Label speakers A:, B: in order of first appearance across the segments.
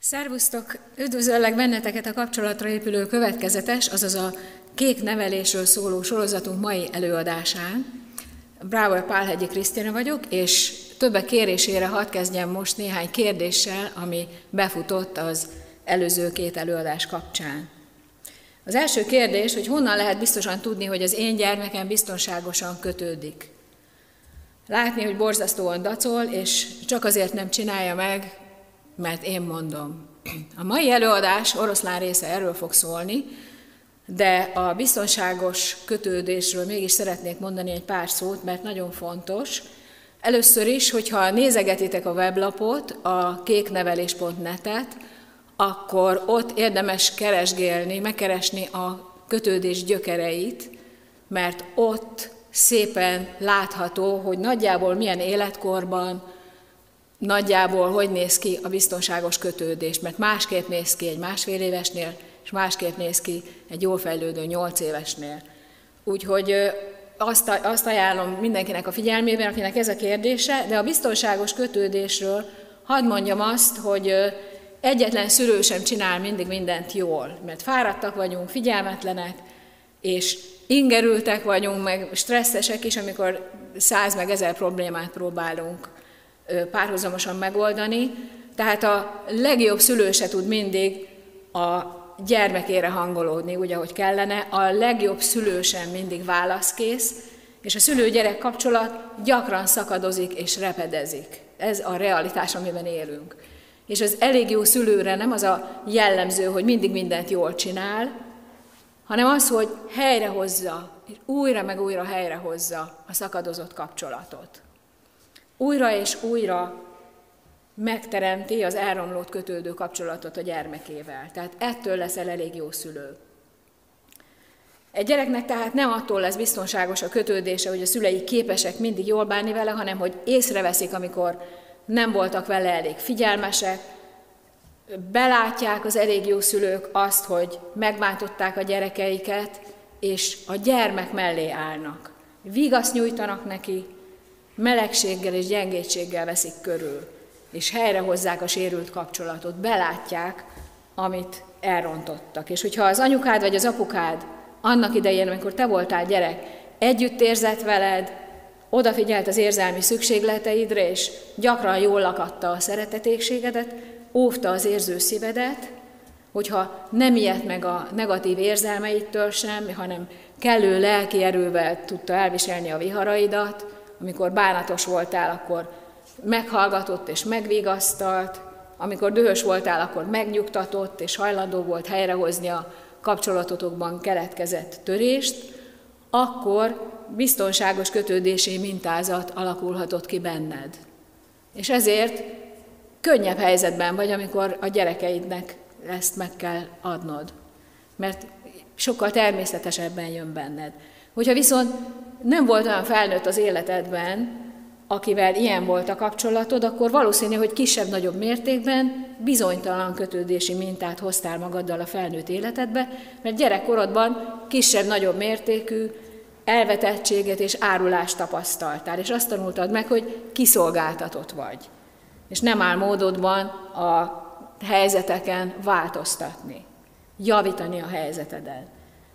A: Szervusztok! Üdvözöllek benneteket a kapcsolatra épülő következetes, azaz a kék nevelésről szóló sorozatunk mai előadásán. Bráuer Pálhegyi Krisztina vagyok, és többek kérésére hadd kezdjem most néhány kérdéssel, ami befutott az előző két előadás kapcsán. Az első kérdés, hogy honnan lehet biztosan tudni, hogy az én gyermekem biztonságosan kötődik. Látni, hogy borzasztóan dacol, és csak azért nem csinálja meg, mert én mondom. A mai előadás oroszlán része erről fog szólni, de a biztonságos kötődésről mégis szeretnék mondani egy pár szót, mert nagyon fontos. Először is, hogyha nézegetitek a weblapot, a kéknevelés.net-et, akkor ott érdemes keresgélni, megkeresni a kötődés gyökereit, mert ott szépen látható, hogy nagyjából milyen életkorban, nagyjából hogy néz ki a biztonságos kötődés, mert másképp néz ki egy másfél évesnél, és másképp néz ki egy jól fejlődő 8 évesnél. Úgyhogy azt ajánlom mindenkinek a figyelmében, akinek ez a kérdése, de a biztonságos kötődésről hadd mondjam azt, hogy egyetlen szülő sem csinál mindig mindent jól, mert fáradtak vagyunk, figyelmetlenek, és ingerültek vagyunk, meg stresszesek is, amikor 100 meg 1000 problémát próbálunk párhuzamosan megoldani. Tehát a legjobb szülő se tud mindig a gyermekére hangolódni, úgy, ahogy kellene. A legjobb szülő sem mindig válaszkész, és a szülő-gyerek kapcsolat gyakran szakadozik és repedezik. Ez a realitás, amiben élünk. És az elég jó szülőre nem az a jellemző, hogy mindig mindent jól csinál, hanem az, hogy helyrehozza, és újra meg újra helyrehozza a szakadozott kapcsolatot. Újra és újra megteremti az elromlott kötődő kapcsolatot a gyermekével. Tehát ettől leszel elég jó szülő. Egy gyereknek tehát nem attól lesz biztonságos a kötődése, hogy a szülei képesek mindig jól bánni vele, hanem hogy észreveszik, amikor nem voltak vele elég figyelmesek, belátják az elég jó szülők azt, hogy megbántották a gyerekeiket, és a gyermek mellé állnak. Vigaszt nyújtanak neki, melegséggel és gyengétséggel veszik körül, és helyrehozzák a sérült kapcsolatot, belátják, amit elrontottak. És hogyha az anyukád vagy az apukád annak idején, amikor te voltál gyerek, együtt érzett veled, odafigyelt az érzelmi szükségleteidre, és gyakran jól lakadta a szeretetégségedet, óvta az érző szívedet, hogyha nem ijedt meg a negatív érzelmeitől sem, hanem kellő lelki erővel tudta elviselni a viharaidat, amikor bánatos voltál, akkor meghallgatott és megvigasztalt, amikor dühös voltál, akkor megnyugtatott és hajlandó volt helyrehozni a kapcsolatotokban keletkezett törést, akkor biztonságos kötődési mintázat alakulhatott ki benned. És ezért könnyebb helyzetben vagy, amikor a gyerekeidnek ezt meg kell adnod, mert sokkal természetesebben jön benned. Hogyha viszont nem volt olyan felnőtt az életedben, akivel ilyen volt a kapcsolatod, akkor valószínű, hogy kisebb-nagyobb mértékben bizonytalan kötődési mintát hoztál magaddal a felnőtt életedbe, mert gyerekkorodban kisebb-nagyobb mértékű elvetettséget és árulást tapasztaltál, és azt tanultad meg, hogy kiszolgáltatott vagy, és nem áll módodban a helyzeteken változtatni, javítani a helyzeteden.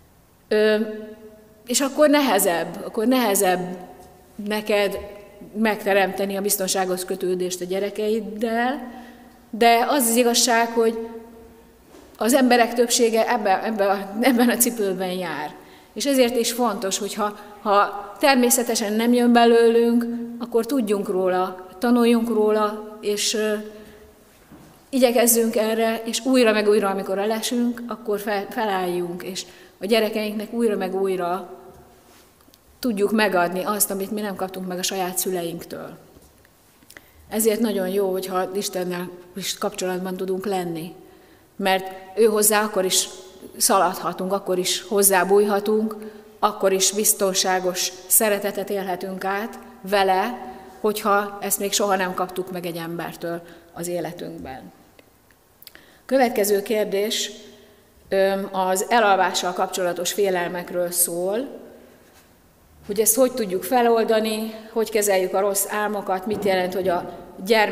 A: És akkor nehezebb neked megteremteni a biztonságos kötődést a gyerekeiddel, de az az igazság, hogy az emberek többsége ebben a cipőben jár. És ezért is fontos, hogy ha természetesen nem jön belőlünk, akkor tudjunk róla, tanuljunk róla, és igyekezzünk erre, és újra meg újra, amikor elesünk, akkor felálljunk, és a gyerekeinknek újra meg újra tudjuk megadni azt, amit mi nem kaptunk meg a saját szüleinktől. Ezért nagyon jó, hogyha Istennel is kapcsolatban tudunk lenni, mert ő hozzá akkor is szaladhatunk, akkor is hozzábújhatunk, akkor is biztonságos szeretetet élhetünk át vele, hogyha ezt még soha nem kaptuk meg egy embertől az életünkben. Következő kérdés az elalvással kapcsolatos félelmekről szól, hogy ezt hogy tudjuk feloldani, hogy kezeljük a rossz álmokat, mit jelent, hogy a gyermek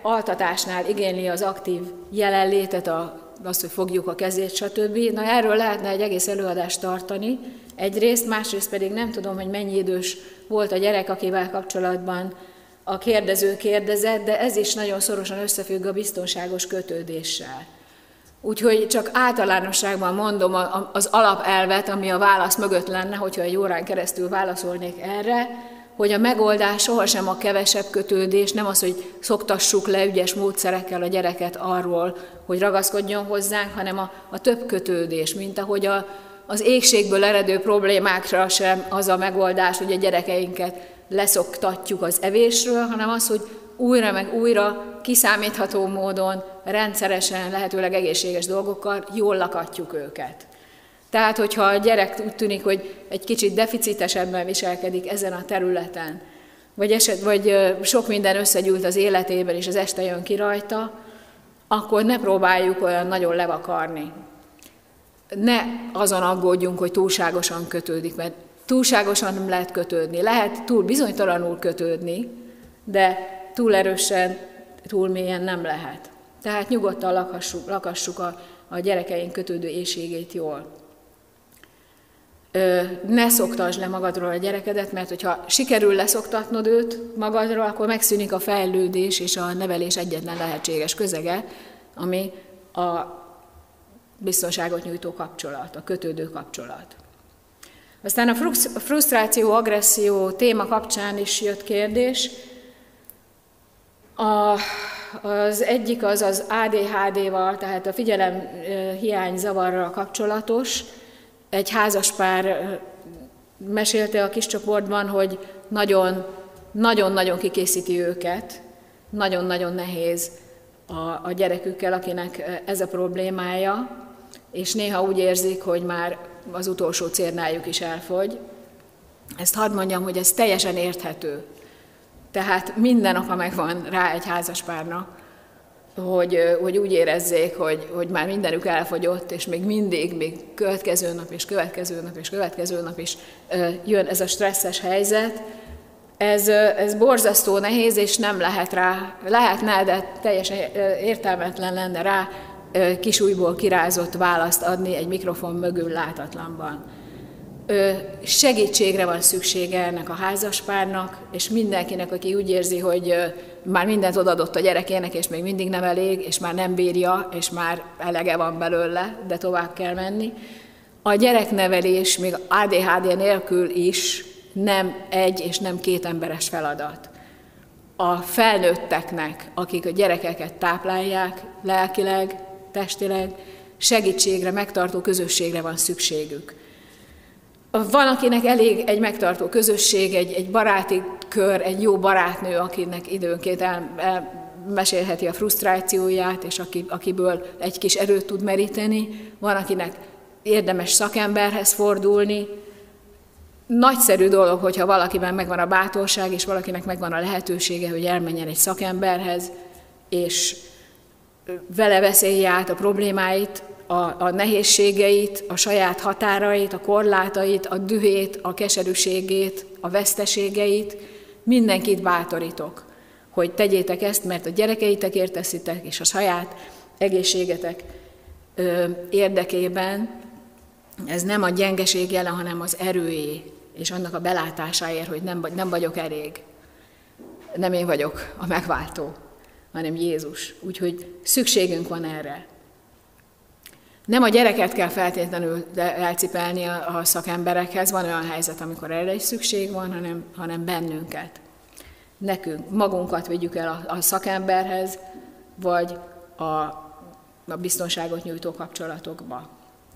A: altatásnál igényli az aktív jelenlétet, azt, hogy fogjuk a kezét, stb. Na erről lehetne egy egész előadást tartani egyrészt, másrészt pedig nem tudom, hogy mennyi idős volt a gyerek, akivel kapcsolatban a kérdező kérdezett, de ez is nagyon szorosan összefügg a biztonságos kötődéssel. Úgyhogy csak általánosságban mondom az alapelvet, ami a válasz mögött lenne, hogyha egy órán keresztül válaszolnék erre, hogy a megoldás sohasem a kevesebb kötődés, nem az, hogy szoktassuk le ügyes módszerekkel a gyereket arról, hogy ragaszkodjon hozzánk, hanem a több kötődés, mint ahogy az égségből eredő problémákra sem az a megoldás, hogy a gyerekeinket leszoktatjuk az evésről, hanem az, hogy újra meg újra kiszámítható módon, rendszeresen, lehetőleg egészséges dolgokkal jól lakatjuk őket. Tehát, hogyha a gyerek úgy tűnik, hogy egy kicsit deficitesebben viselkedik ezen a területen, vagy sok minden összegyűlt az életében, és az este jön ki rajta, akkor ne próbáljuk olyan nagyon levakarni. Ne azon aggódjunk, hogy túlságosan kötődik, mert túlságosan nem lehet kötődni. Lehet túl bizonytalanul kötődni, de túl erősen, túl mélyen nem lehet. Tehát nyugodtan lakassuk a gyerekeink kötődő éhségét jól. Ne szoktasd le magadról a gyerekedet, mert hogyha sikerül leszoktatnod őt magadról, akkor megszűnik a fejlődés és a nevelés egyetlen lehetséges közege, ami a biztonságot nyújtó kapcsolat, a kötődő kapcsolat. Aztán a frusztráció, agresszió téma kapcsán is jött kérdés. Az egyik az ADHD-val, tehát a figyelemhiány zavarral kapcsolatos. Egy házaspár mesélte a kis csoportban, hogy nagyon-nagyon kikészíti őket, nagyon-nagyon nehéz a gyerekükkel, akinek ez a problémája, és néha úgy érzik, hogy már az utolsó cérnájuk is elfogy. Ezt hadd mondjam, hogy ez teljesen érthető. Tehát minden oka megvan rá egy házaspárnak, hogy úgy érezzék, hogy már mindenük elfogyott, és még következő nap is jön ez a stresszes helyzet. Ez borzasztó nehéz, és nem lehetne, de teljesen értelmetlen lenne rá kisújból kirázott választ adni egy mikrofon mögül látatlanban. Segítségre van szüksége ennek a házaspárnak, és mindenkinek, aki úgy érzi, hogy már mindent odaadott a gyerekének, és még mindig nem elég, és már nem bírja, és már elege van belőle, de tovább kell menni. A gyereknevelés még ADHD nélkül is nem egy és nem két emberes feladat. A felnőtteknek, akik a gyerekeket táplálják lelkileg, testileg, segítségre, megtartó közösségre van szükségük. Van, akinek elég egy megtartó közösség, egy baráti kör, egy jó barátnő, akinek időnként elmesélheti a frusztrációját, és akiből egy kis erőt tud meríteni. Van, akinek érdemes szakemberhez fordulni. Nagyszerű dolog, hogyha valakiben megvan a bátorság, és valakinek megvan a lehetősége, hogy elmenjen egy szakemberhez, és vele beszélje át a problémáit, a nehézségeit, a saját határait, a korlátait, a dühét, a keserűségét, a veszteségeit. Mindenkit bátorítok, hogy tegyétek ezt, mert a gyerekeitekért teszitek, és a saját egészségetek érdekében ez nem a gyengeség jele, hanem az erőé, és annak a belátásáért, hogy nem vagyok elég. Nem én vagyok a megváltó, hanem Jézus. Úgyhogy szükségünk van erre. Nem a gyereket kell feltétlenül elcipelni a szakemberekhez, van olyan helyzet, amikor erre is szükség van, hanem bennünket. Nekünk, magunkat vigyük el a szakemberhez, vagy a biztonságot nyújtó kapcsolatokba.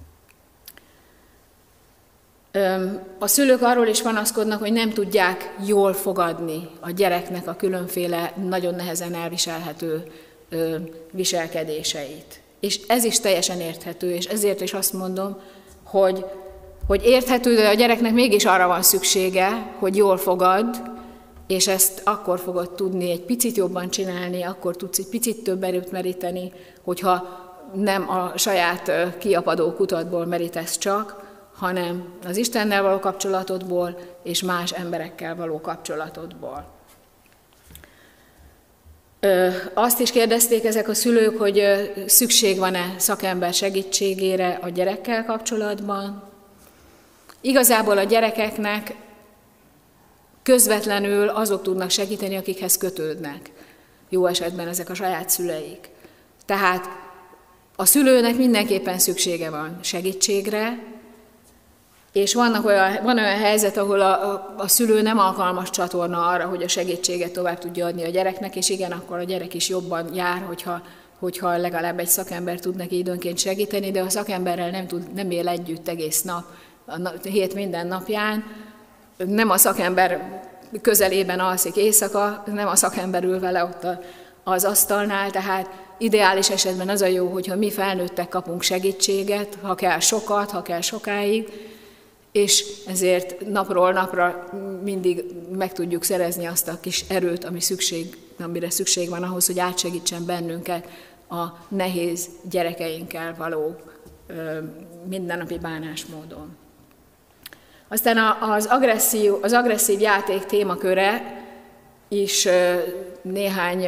A: A szülők arról is panaszkodnak, hogy nem tudják jól fogadni a gyereknek a különféle, nagyon nehezen elviselhető viselkedéseit. És ez is teljesen érthető, és ezért is azt mondom, hogy érthető, de a gyereknek mégis arra van szüksége, hogy jól fogad, és ezt akkor fogod tudni egy picit jobban csinálni, akkor tudsz egy picit több erőt meríteni, hogyha nem a saját kiapadó kutatból merítesz csak, hanem az Istennel való kapcsolatodból és más emberekkel való kapcsolatodból. Azt is kérdezték ezek a szülők, hogy szükség van-e szakember segítségére a gyerekkel kapcsolatban. Igazából a gyerekeknek közvetlenül azok tudnak segíteni, akikhez kötődnek. Jó esetben ezek a saját szüleik. Tehát a szülőnek mindenképpen szüksége van segítségre, és van olyan helyzet, ahol a szülő nem alkalmas csatorna arra, hogy a segítséget tovább tudja adni a gyereknek, és igen, akkor a gyerek is jobban jár, hogyha legalább egy szakember tud neki időnként segíteni, de a szakemberrel nem él együtt egész nap, a hét minden napján, nem a szakember közelében alszik éjszaka, nem a szakember ül vele ott az asztalnál, tehát ideális esetben az a jó, hogyha mi felnőttek kapunk segítséget, ha kell sokat, ha kell sokáig, és ezért napról napra mindig meg tudjuk szerezni azt a kis erőt, amire szükség van ahhoz, hogy átsegítsen bennünket a nehéz gyerekeinkkel való mindennapi bánásmódon. Aztán az agresszív játék témaköre is néhány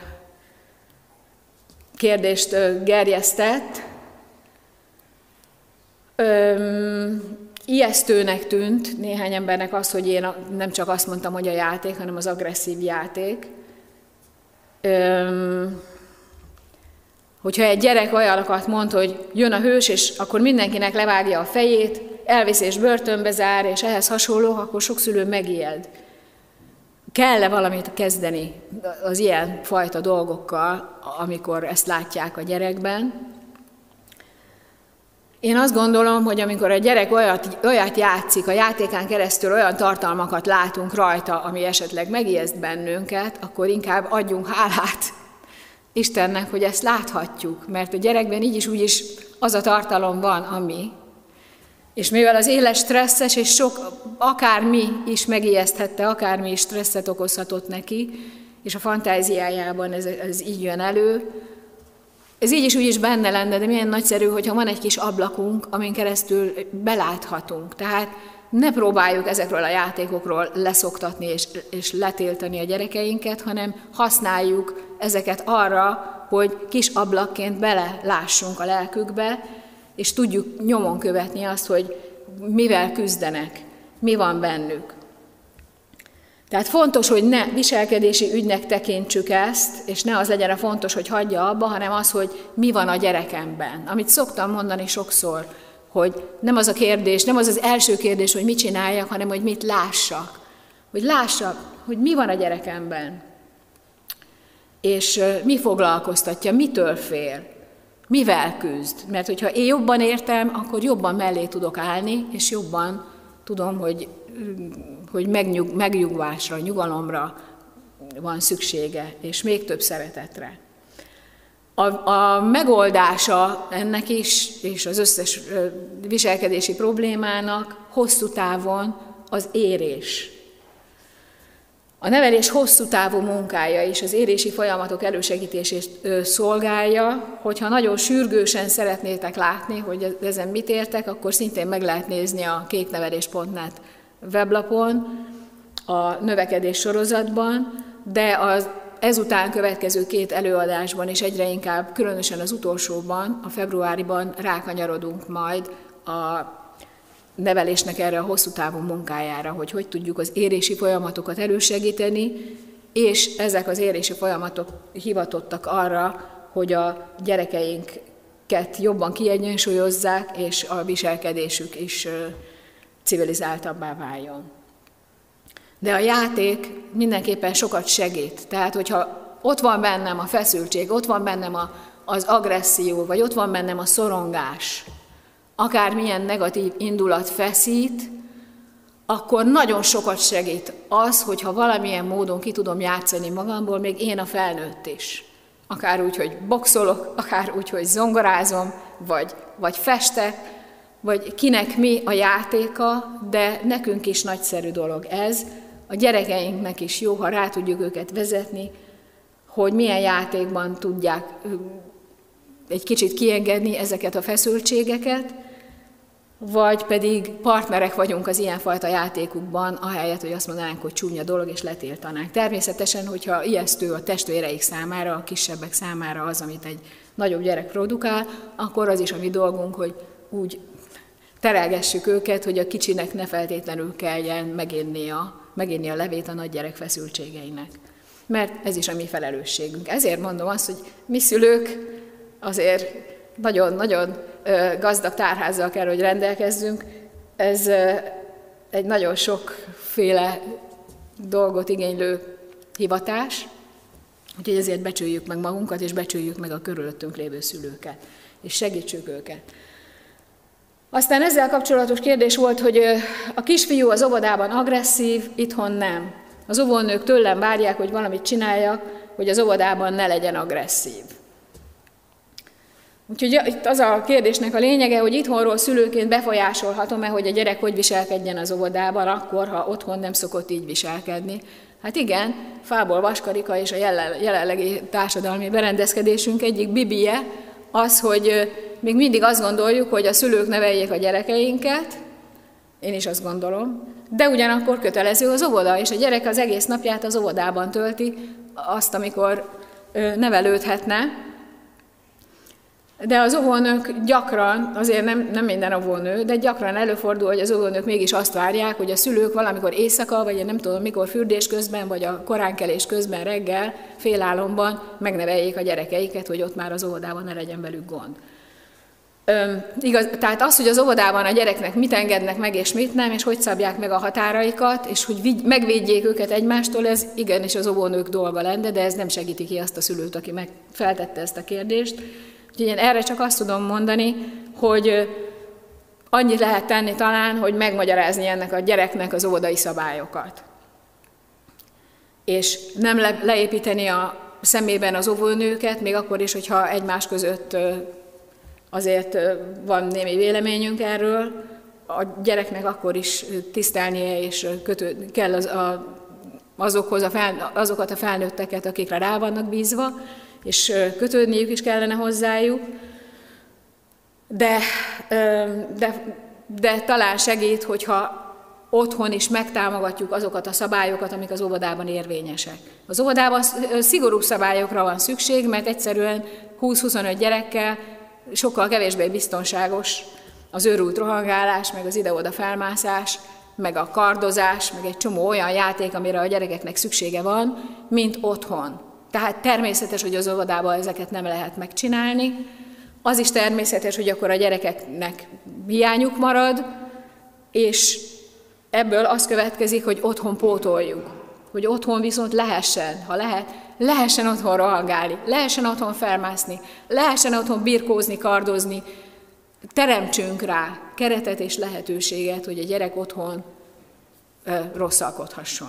A: kérdést gerjesztett. Ijesztőnek tűnt néhány embernek az, hogy én nem csak azt mondtam, hogy a játék, hanem az agresszív játék. Hogyha egy gyerek olyanokat mond, hogy jön a hős, és akkor mindenkinek levágja a fejét, elvisz és börtönbe zár, és ehhez hasonló, akkor sok szülő megijed. Kell-e valamit kezdeni az ilyen fajta dolgokkal, amikor ezt látják a gyerekben? Én azt gondolom, hogy amikor a gyerek olyat játszik, a játékán keresztül olyan tartalmakat látunk rajta, ami esetleg megijeszt bennünket, akkor inkább adjunk hálát Istennek, hogy ezt láthatjuk, mert a gyerekben így is úgy is az a tartalom van, ami. És mivel az élet stresszes, és akármi is megijeszthette, akármi is stresszet okozhatott neki, és a fantáziájában ez így jön elő, ez így is úgy is benne lenne, de milyen nagyszerű, hogyha van egy kis ablakunk, amin keresztül beláthatunk. Tehát ne próbáljuk ezekről a játékokról leszoktatni és letiltani a gyerekeinket, hanem használjuk ezeket arra, hogy kis ablakként belelássunk a lelkükbe, és tudjuk nyomon követni azt, hogy mivel küzdenek, mi van bennük. Tehát fontos, hogy ne viselkedési ügynek tekintsük ezt, és ne az legyen a fontos, hogy hagyja abba, hanem az, hogy mi van a gyerekemben. Amit szoktam mondani sokszor, hogy nem az a kérdés, nem az az első kérdés, hogy mit csináljak, hanem hogy mit lássak. Hogy lássak, hogy mi van a gyerekemben. És mi foglalkoztatja, mitől fél, mivel küzd. Mert hogyha én jobban értem, akkor jobban mellé tudok állni, és jobban tudom, hogy megnyugvásra, nyugalomra van szüksége, és még több szeretetre. A megoldása ennek is, és az összes viselkedési problémának hosszú távon az érés. A nevelés hosszú távú munkája és az érési folyamatok elősegítését szolgálja, hogyha nagyon sürgősen szeretnétek látni, hogy ezen mit értek, akkor szintén meg lehet nézni a kéknevelés.net weblapon, a növekedés sorozatban, de az ezután következő 2 előadásban és egyre inkább, különösen az utolsóban, a februáriban rákanyarodunk majd a nevelésnek erre a hosszú távú munkájára, hogy tudjuk az érési folyamatokat elősegíteni, és ezek az érési folyamatok hivatottak arra, hogy a gyerekeinket jobban kiegyensúlyozzák, és a viselkedésük is civilizáltabbá váljon. De a játék mindenképpen sokat segít. Tehát, hogyha ott van bennem a feszültség, ott van bennem az agresszió, vagy ott van bennem a szorongás, akármilyen negatív indulat feszít, akkor nagyon sokat segít az, hogyha valamilyen módon ki tudom játszani magamból, még én a felnőtt is. Akár úgy, hogy boxolok, akár úgy, hogy zongorázom, vagy festek, vagy kinek mi a játéka, de nekünk is nagyszerű dolog ez. A gyerekeinknek is jó, ha rá tudjuk őket vezetni, hogy milyen játékban tudják egy kicsit kiengedni ezeket a feszültségeket, vagy pedig partnerek vagyunk az ilyenfajta játékukban, ahelyett, hogy azt mondanánk, hogy csúnya dolog, és letiltanánk. Természetesen, hogyha ijesztő a testvéreik számára, a kisebbek számára az, amit egy nagyobb gyerek produkál, akkor az is a mi dolgunk, hogy úgy terelgessük őket, hogy a kicsinek ne feltétlenül kelljen meginni a levét a nagy gyerek feszültségeinek. Mert ez is a mi felelősségünk. Ezért mondom azt, hogy mi szülők azért nagyon-nagyon gazdag tárházzal kell, hogy rendelkezzünk. Ez egy nagyon sokféle dolgot igénylő hivatás, úgyhogy ezért becsüljük meg magunkat, és becsüljük meg a körülöttünk lévő szülőket, és segítsük őket. Aztán ezzel kapcsolatos kérdés volt, hogy a kisfiú az óvodában agresszív, itthon nem. Az óvónők tőlem várják, hogy valamit csináljak, hogy az óvodában ne legyen agresszív. Úgyhogy itt az a kérdésnek a lényege, hogy itthonról szülőként befolyásolhatom-e, hogy a gyerek hogy viselkedjen az óvodában, akkor, ha otthon nem szokott így viselkedni. Hát igen, fából vaskarika és a jelenlegi társadalmi berendezkedésünk egyik bibije az, hogy még mindig azt gondoljuk, hogy a szülők neveljék a gyerekeinket, én is azt gondolom, de ugyanakkor kötelező az óvoda, és a gyerek az egész napját az óvodában tölti, azt, amikor nevelődhetne. De az óvónők gyakran, azért nem minden óvónő, de gyakran előfordul, hogy az óvónők mégis azt várják, hogy a szülők valamikor éjszaka, vagy én nem tudom mikor, fürdés közben, vagy a koránkelés közben reggel, félálomban megneveljék a gyerekeiket, hogy ott már az óvodában ne legyen velük gond. Tehát az, hogy az óvodában a gyereknek mit engednek meg, és mit nem, és hogy szabják meg a határaikat, és hogy megvédjék őket egymástól, ez igenis az óvónők dolga lenne, de ez nem segíti ki azt a szülőt, aki feltette ezt a kérdést. Úgyhogy én erre csak azt tudom mondani, hogy annyit lehet tenni talán, hogy megmagyarázni ennek a gyereknek az óvodai szabályokat. És nem leépíteni a szemében az óvónőket, még akkor is, hogyha egymás között azért van némi véleményünk erről, a gyereknek akkor is tisztelnie és kell azokat a felnőtteket, akikre rá vannak bízva, és kötődniük is kellene hozzájuk, de talán segít, hogyha otthon is megtámogatjuk azokat a szabályokat, amik az óvodában érvényesek. Az óvodában szigorúbb szabályokra van szükség, mert egyszerűen 20-25 gyerekkel sokkal kevésbé biztonságos az őrült rohangálás, meg az ide-oda felmászás, meg a kardozás, meg egy csomó olyan játék, amire a gyerekeknek szüksége van, mint otthon. Tehát természetes, hogy az óvodában ezeket nem lehet megcsinálni. Az is természetes, hogy akkor a gyerekeknek hiányuk marad, és ebből az következik, hogy otthon pótoljuk. Hogy otthon viszont lehessen, ha lehessen otthon rohangálni, lehessen otthon felmászni, lehessen otthon birkózni, kardozni. Teremtsünk rá keretet és lehetőséget, hogy a gyerek otthon rosszalkodhasson.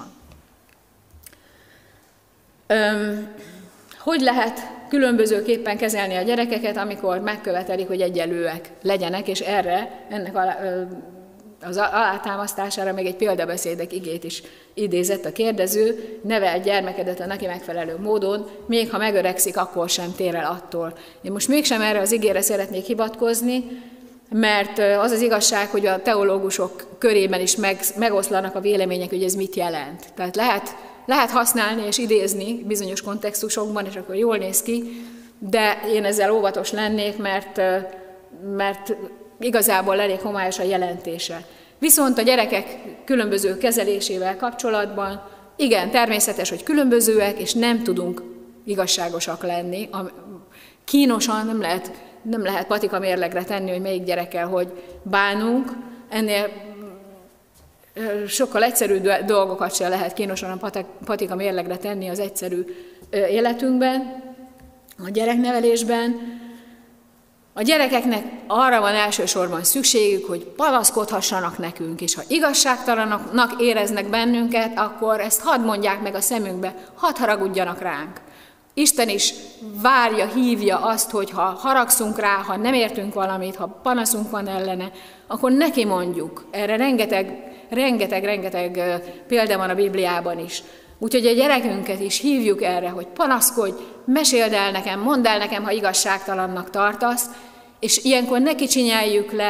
A: Hogy lehet különbözőképpen kezelni a gyerekeket, amikor megkövetelik, hogy egyenlőek legyenek, és ennek az alátámasztására még egy példabeszédek igét is idézett a kérdező: neveld gyermekedet a neki megfelelő módon, még ha megöregszik, akkor sem tér el attól. Én most mégsem erre az igére szeretnék hivatkozni, mert az az igazság, hogy a teológusok körében is megoszlanak a vélemények, hogy ez mit jelent. Tehát lehet használni és idézni bizonyos kontextusokban, és akkor jól néz ki, de én ezzel óvatos lennék, mert igazából elég homályos a jelentése. Viszont a gyerekek különböző kezelésével kapcsolatban igen, természetes, hogy különbözőek, és nem tudunk igazságosak lenni. Kínosan nem lehet patika mérlegre tenni, hogy melyik gyerekkel hogy bánunk. Ennél sokkal egyszerűbb dolgokat sem lehet kínosan a patika mérlegre tenni az egyszerű életünkben, a gyereknevelésben. A gyerekeknek arra van elsősorban szükségük, hogy panaszkodhassanak nekünk, és ha igazságtalannak éreznek bennünket, akkor ezt hadd mondják meg a szemünkbe, hadd haragudjanak ránk. Isten is várja, hívja azt, hogy ha haragszunk rá, ha nem értünk valamit, ha panaszunk van ellene, akkor neki mondjuk. Erre rengeteg példa van a Bibliában is. Úgyhogy a gyerekünket is hívjuk erre, hogy panaszkodj, meséld el nekem, mondd el nekem, ha igazságtalannak tartasz, és ilyenkor ne kicsinyeljük le,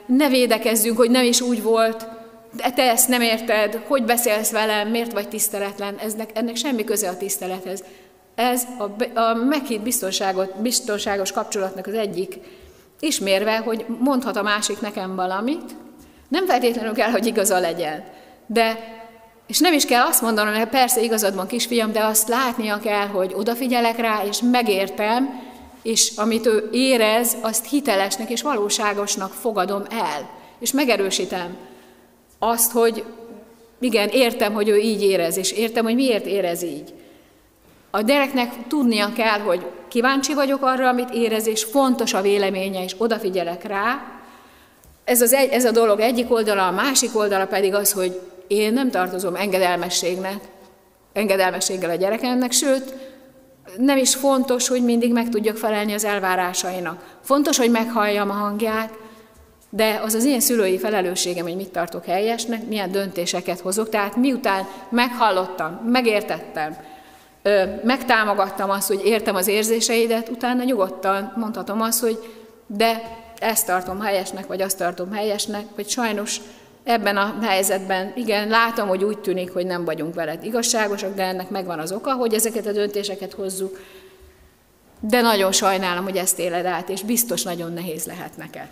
A: ne védekezzünk, hogy nem is úgy volt, de te ezt nem érted, hogy beszélsz velem, miért vagy tiszteletlen, ennek semmi köze a tisztelethez. Ez a meghitt biztonságos kapcsolatnak az egyik ismérve, hogy mondhat a másik nekem valamit, nem feltétlenül kell, hogy igaza legyen, és nem is kell azt mondanom, hogy persze igazad van, kisfiam, de azt látnia kell, hogy odafigyelek rá, és megértem, és amit ő érez, azt hitelesnek és valóságosnak fogadom el, és megerősítem azt, hogy igen, értem, hogy ő így érez, és értem, hogy miért érez így. A gyereknek tudnia kell, hogy kíváncsi vagyok arra, amit érez, és fontos a véleménye, és odafigyelek rá. Ez a dolog egyik oldala, a másik oldala pedig az, hogy én nem tartozom engedelmességgel a gyerekemnek, sőt, nem is fontos, hogy mindig meg tudjak felelni az elvárásainak. Fontos, hogy meghalljam a hangját, de az én szülői felelősségem, hogy mit tartok helyesnek, milyen döntéseket hozok. Tehát miután meghallottam, megértettem, megtámogattam azt, hogy értem az érzéseidet, utána nyugodtan mondhatom azt, hogy de ezt tartom helyesnek, vagy azt tartom helyesnek, vagy sajnos ebben a helyzetben, igen, látom, hogy úgy tűnik, hogy nem vagyunk veled igazságosak, de ennek megvan az oka, hogy ezeket a döntéseket hozzuk, de nagyon sajnálom, hogy ezt éled át, és biztos nagyon nehéz lehet neked.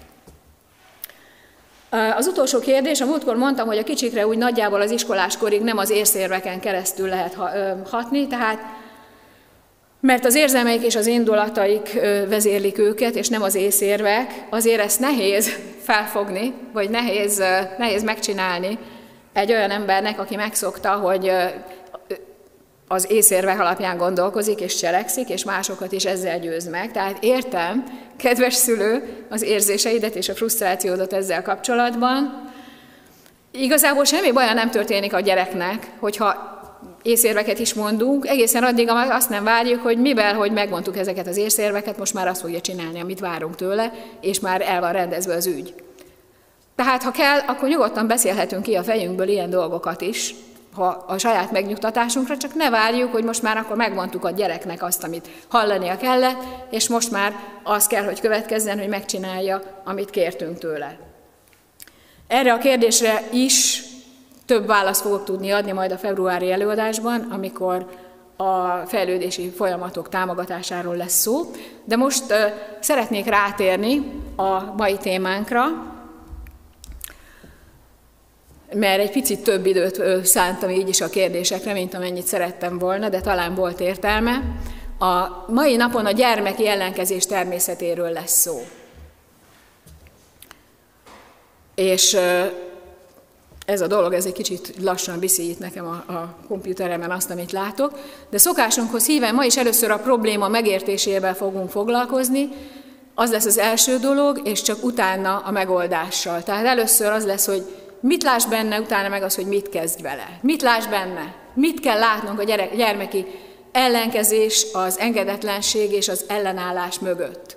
A: Az utolsó kérdés, a múltkor mondtam, hogy a kicsikre úgy nagyjából az iskoláskorig nem az érszérveken keresztül lehet hatni, tehát mert az érzelmeik és az indulataik vezérlik őket, és nem az észérvek, azért ezt nehéz felfogni, vagy nehéz megcsinálni egy olyan embernek, aki megszokta, hogy az észérvek alapján gondolkozik és cselekszik, és másokat is ezzel győz meg. Tehát értem, kedves szülő, az érzéseidet és a frusztrációdat ezzel kapcsolatban. Igazából semmi baja nem történik a gyereknek, hogyha észérveket is mondunk, egészen addig azt nem várjuk, hogy mivel, hogy megmondtuk ezeket az észérveket, most már azt fogja csinálni, amit várunk tőle, és már el van rendezve az ügy. Tehát, ha kell, akkor nyugodtan beszélhetünk ki a fejünkből ilyen dolgokat is, ha a saját megnyugtatásunkra, csak ne várjuk, hogy most már akkor megmondtuk a gyereknek azt, amit hallania kellett, és most már az kell, hogy következzen, hogy megcsinálja, amit kértünk tőle. Erre a kérdésre is több választ fogok tudni adni majd a februári előadásban, amikor a fejlődési folyamatok támogatásáról lesz szó, de most szeretnék rátérni a mai témánkra, mert egy picit több időt szántam így is a kérdésekre, mint amennyit szerettem volna, de talán volt értelme. A mai napon a gyermeki ellenkezés természetéről lesz szó. És ez a dolog, ez egy kicsit lassan viszi itt nekem a komputeremen azt, amit látok, de szokásunkhoz híven ma is először a probléma megértésével fogunk foglalkozni, az lesz az első dolog, és csak utána a megoldással. Tehát először az lesz, hogy mit láss benne, utána meg az, hogy mit kezdj vele. Mit láss benne? Mit kell látnunk a gyermeki ellenkezés, az engedetlenség és az ellenállás mögött?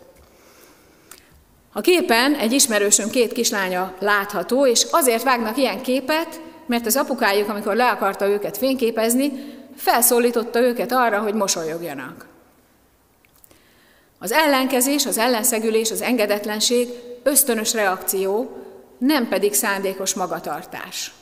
A: A képen egy ismerősöm 2 kislánya látható, és azért vágnak ilyen képet, mert az apukájuk, amikor le akarta őket fényképezni, felszólította őket arra, hogy mosolyogjanak. Az ellenkezés, az ellenszegülés, az engedetlenség ösztönös reakció, nem pedig szándékos magatartás.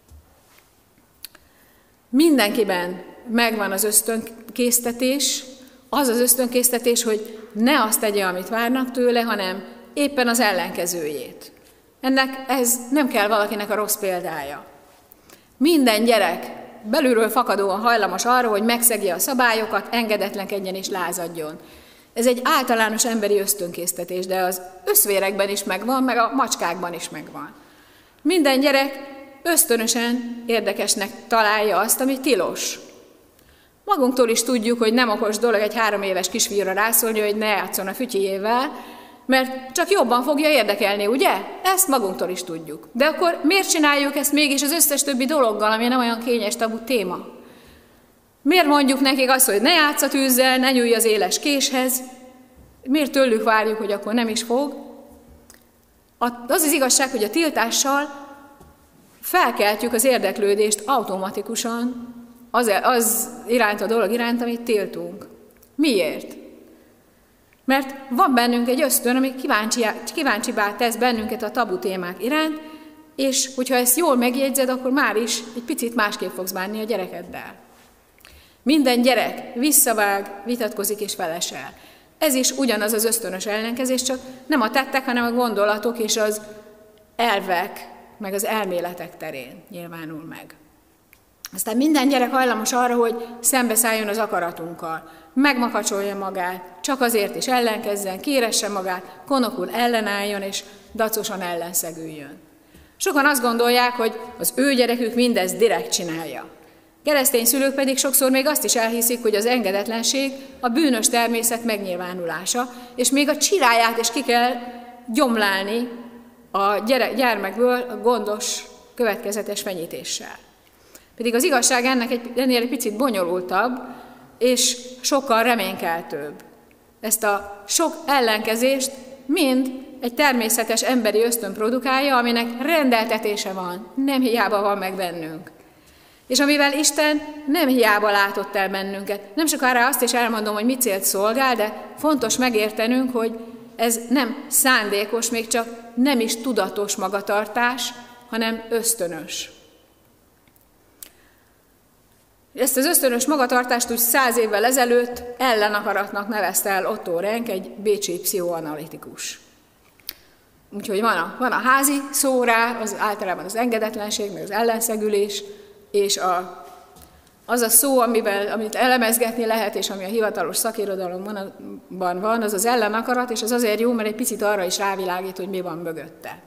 A: Mindenkiben megvan az ösztönkésztetés, az az ösztönkésztetés, hogy ne azt tegye, amit várnak tőle, hanem éppen az ellenkezőjét. Ez nem kell valakinek a rossz példája. Minden gyerek belülről fakadóan hajlamos arra, hogy megszegje a szabályokat, engedetlenkedjen és lázadjon. Ez egy általános emberi ösztönkésztetés, de az összvérekben is megvan, meg a macskákban is megvan. Minden gyerek ösztönösen érdekesnek találja azt, ami tilos. Magunktól is tudjuk, hogy nem okos dolog egy 3 éves kisfiúra rászólni, hogy ne játszon a fütyijével, mert csak jobban fogja érdekelni, ugye? Ezt magunktól is tudjuk. De akkor miért csináljuk ezt mégis az összes többi dologgal, ami nem olyan kényes tabu téma? Miért mondjuk nekik azt, hogy ne játsz a tűzzel, ne nyúlj az éles késhez? Miért tőlük várjuk, hogy akkor nem is fog? Az igazság, hogy a tiltással felkeltjük az érdeklődést automatikusan az iránt a dolog iránt, amit tiltunk. Miért? Mert van bennünk egy ösztön, ami kíváncsibá tesz bennünket a tabu témák iránt, és hogyha ezt jól megjegyzed, akkor már is egy picit másképp fogsz bánni a gyerekeddel. Minden gyerek visszavág, vitatkozik és felesel. Ez is ugyanaz az ösztönös ellenkezés, csak nem a tettek, hanem a gondolatok és az elvek, meg az elméletek terén nyilvánul meg. Aztán minden gyerek hajlamos arra, hogy szembeszálljon az akaratunkkal, megmakacsolja magát, csak azért is ellenkezzen, kéresse magát, konokul ellenálljon és dacosan ellenszegüljön. Sokan azt gondolják, hogy az ő gyerekük mindezt direkt csinálja. Keresztény szülők pedig sokszor még azt is elhiszik, hogy az engedetlenség a bűnös természet megnyilvánulása, és még a csiráját is ki kell gyomlálni a gyermekből a gondos, következetes fenyítéssel. Pedig az igazság ennél egy picit bonyolultabb, és sokkal reménykeltőbb. Ezt a sok ellenkezést mind egy természetes emberi ösztön produkálja, aminek rendeltetése van, nem hiába van meg bennünk. És amivel Isten nem hiába látott el bennünket. Nem sokára azt is elmondom, hogy mit célt szolgál, de fontos megértenünk, hogy ez nem szándékos, még csak nem is tudatos magatartás, hanem ösztönös. Ezt az ösztönös magatartást úgy 100 évvel ezelőtt ellenakaratnak nevezte el Otto Rank, egy bécsi pszichoanalitikus. Úgyhogy van a házi szó rá, az általában az engedetlenség, meg az ellenszegülés, és az a szó, amit elemezgetni lehet, és ami a hivatalos szakirodalomban van, az az ellenakarat, és az azért jó, mert egy picit arra is rávilágít, hogy mi van mögötte.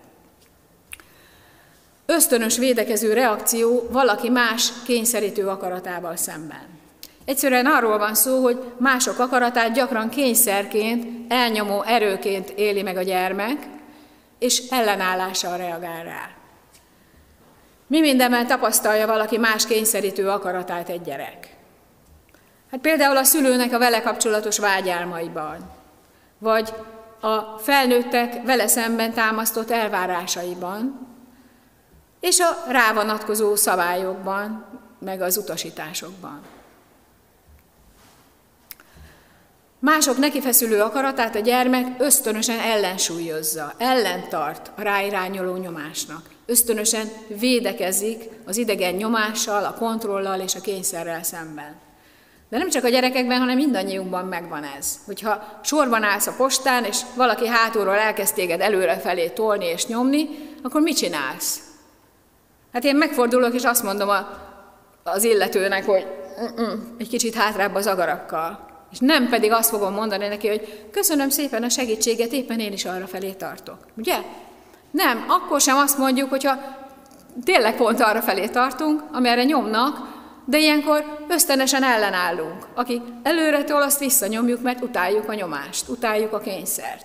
A: Ösztönös védekező reakció valaki más kényszerítő akaratával szemben. Egyszerűen arról van szó, hogy mások akaratát gyakran kényszerként, elnyomó erőként éli meg a gyermek, és ellenállással reagál rá. Mi mindenben tapasztalja valaki más kényszerítő akaratát egy gyerek? Hát például a szülőnek a vele kapcsolatos vágyálmaiban, vagy a felnőttek vele szemben támasztott elvárásaiban, és a rávonatkozó szabályokban, meg az utasításokban. Mások nekifeszülő akaratát a gyermek ösztönösen ellensúlyozza, ellentart a ráirányuló nyomásnak. Ösztönösen védekezik az idegen nyomással, a kontrollal és a kényszerrel szemben. De nem csak a gyerekekben, hanem mindannyiunkban megvan ez. Hogyha sorban állsz a postán, és valaki hátulról elkezd téged előrefelé tolni és nyomni, akkor mit csinálsz? Hát én megfordulok, és azt mondom az illetőnek, hogy egy kicsit hátrább az agarakkal. És nem pedig azt fogom mondani neki, hogy köszönöm szépen a segítséget, éppen én is arra felé tartok. Ugye? Nem, akkor sem azt mondjuk, hogyha tényleg pont arra felé tartunk, amerre nyomnak, de ilyenkor ösztönösen ellenállunk. Aki előre tol, azt visszanyomjuk, mert utáljuk a nyomást, utáljuk a kényszert.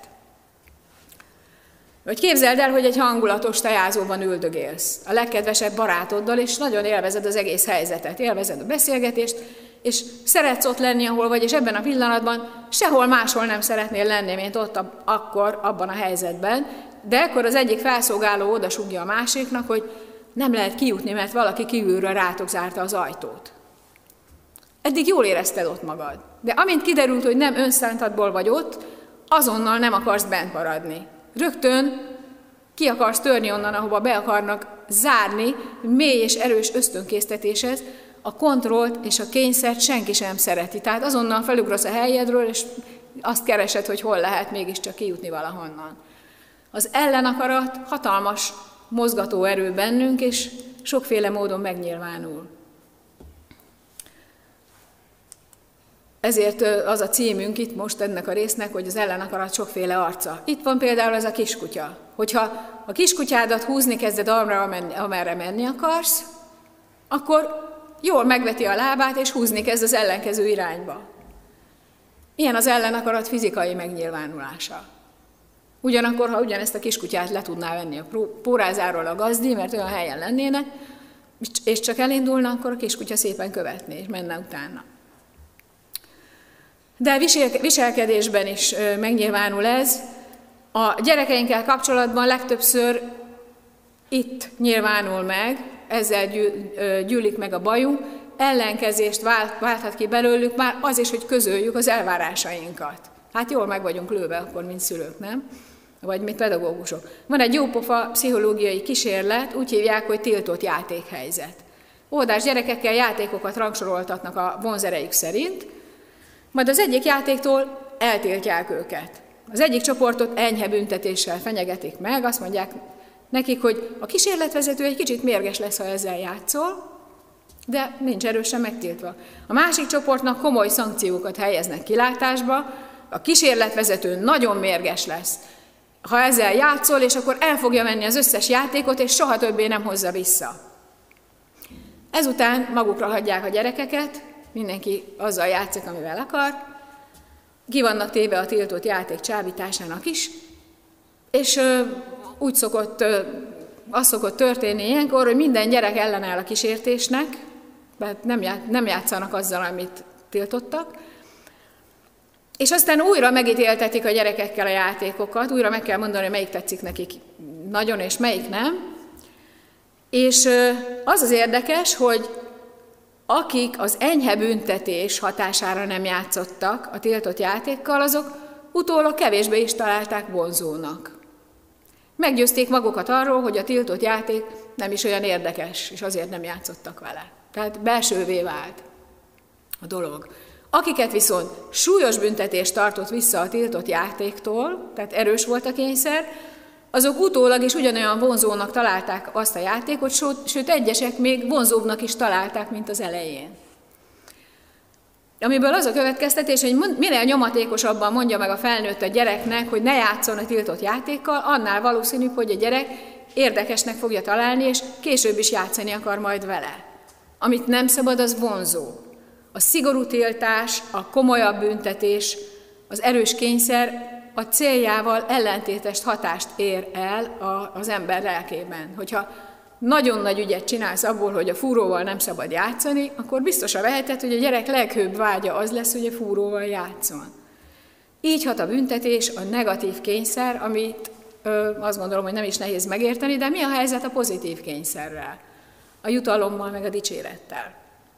A: Vagy képzeld el, hogy egy hangulatos tejázóban üldögélsz a legkedvesebb barátoddal, és nagyon élvezed az egész helyzetet, élvezed a beszélgetést, és szeretsz ott lenni, ahol vagy, és ebben a pillanatban sehol máshol nem szeretnél lenni, mint ott akkor, abban a helyzetben, de ekkor az egyik felszolgáló odasúgja a másiknak, hogy nem lehet kijutni, mert valaki kívülről rátok zárta az ajtót. Eddig jól érezted ott magad, de amint kiderült, hogy nem önszántadból vagy ott, azonnal nem akarsz bent maradni. Rögtön ki akarsz törni onnan, ahova be akarnak zárni, mély és erős ösztönkésztetéshez, a kontrollt és a kényszert senki sem szereti. Tehát azonnal felugrasz a helyedről, és azt keresed, hogy hol lehet mégiscsak kijutni valahonnan. Az ellenakarat hatalmas mozgató erő bennünk, és sokféle módon megnyilvánul. Ezért az a címünk itt most ennek a résznek, hogy az ellenakarat sokféle arca. Itt van például ez a kiskutya. Hogyha a kiskutyádat húzni kezded arra, amerre menni akarsz, akkor jól megveti a lábát, és húzni kezd az ellenkező irányba. Ilyen az ellenakarat fizikai megnyilvánulása. Ugyanakkor, ha ugyanezt a kiskutyát le tudná venni a pórázáról a gazdi, mert olyan helyen lennének, és csak elindulna, akkor a kiskutya szépen követné, és menne utána. De viselkedésben is megnyilvánul ez. A gyerekeinkkel kapcsolatban legtöbbször itt nyilvánul meg, ezzel gyűlik meg a bajunk, ellenkezést válthat ki belőlük már az is, hogy közöljük az elvárásainkat. Hát jól meg vagyunk lőve akkor, mint szülők, nem? Vagy mint pedagógusok. Van egy jópofa pszichológiai kísérlet, úgy hívják, hogy tiltott játékhelyzet. Óvodás gyerekekkel játékokat rangsoroltatnak a vonzerejük szerint, majd az egyik játéktól eltiltják őket. Az egyik csoportot enyhe büntetéssel fenyegetik meg, azt mondják nekik, hogy a kísérletvezető egy kicsit mérges lesz, ha ezzel játszol, de nincs erősen megtiltva. A másik csoportnak komoly szankciókat helyeznek kilátásba, a kísérletvezető nagyon mérges lesz, ha ezzel játszol, és akkor el fogja venni az összes játékot, és soha többé nem hozza vissza. Ezután magukra hagyják a gyerekeket, mindenki azzal játszik, amivel akar, ki vannak téve a tiltott játék csábításának is, és az szokott történni ilyenkor, hogy minden gyerek ellenáll a kísértésnek, mert nem játszanak azzal, amit tiltottak, és aztán újra megítéltetik a gyerekekkel a játékokat, újra meg kell mondani, hogy melyik tetszik nekik nagyon, és melyik nem. És az az érdekes, hogy akik az enyhe büntetés hatására nem játszottak a tiltott játékkal, azok utólag kevésbé is találták vonzónak. Meggyőzték magukat arról, hogy a tiltott játék nem is olyan érdekes, és azért nem játszottak vele. Tehát belsővé vált a dolog. Akiket viszont súlyos büntetés tartott vissza a tiltott játéktól, tehát erős volt a kényszer, azok utólag is ugyanolyan vonzónak találták azt a játékot, sőt egyesek még vonzóbbnak is találták, mint az elején. Amiből az a következtetés, hogy minél nyomatékosabban mondja meg a felnőtt a gyereknek, hogy ne játszon a tiltott játékkal, annál valószínűbb, hogy a gyerek érdekesnek fogja találni, és később is játszani akar majd vele. Amit nem szabad, az vonzó. A szigorú tiltás, a komolyabb büntetés, az erős kényszer a céljával ellentétes hatást ér el az ember lelkében. Hogyha nagyon nagy ügyet csinálsz abból, hogy a fúróval nem szabad játszani, akkor biztosan veheted, hogy a gyerek leghőbb vágya az lesz, hogy a fúróval játszon. Így hat a büntetés, a negatív kényszer, amit azt gondolom, hogy nem is nehéz megérteni, de mi a helyzet a pozitív kényszerrel? A jutalommal, meg a dicsérettel.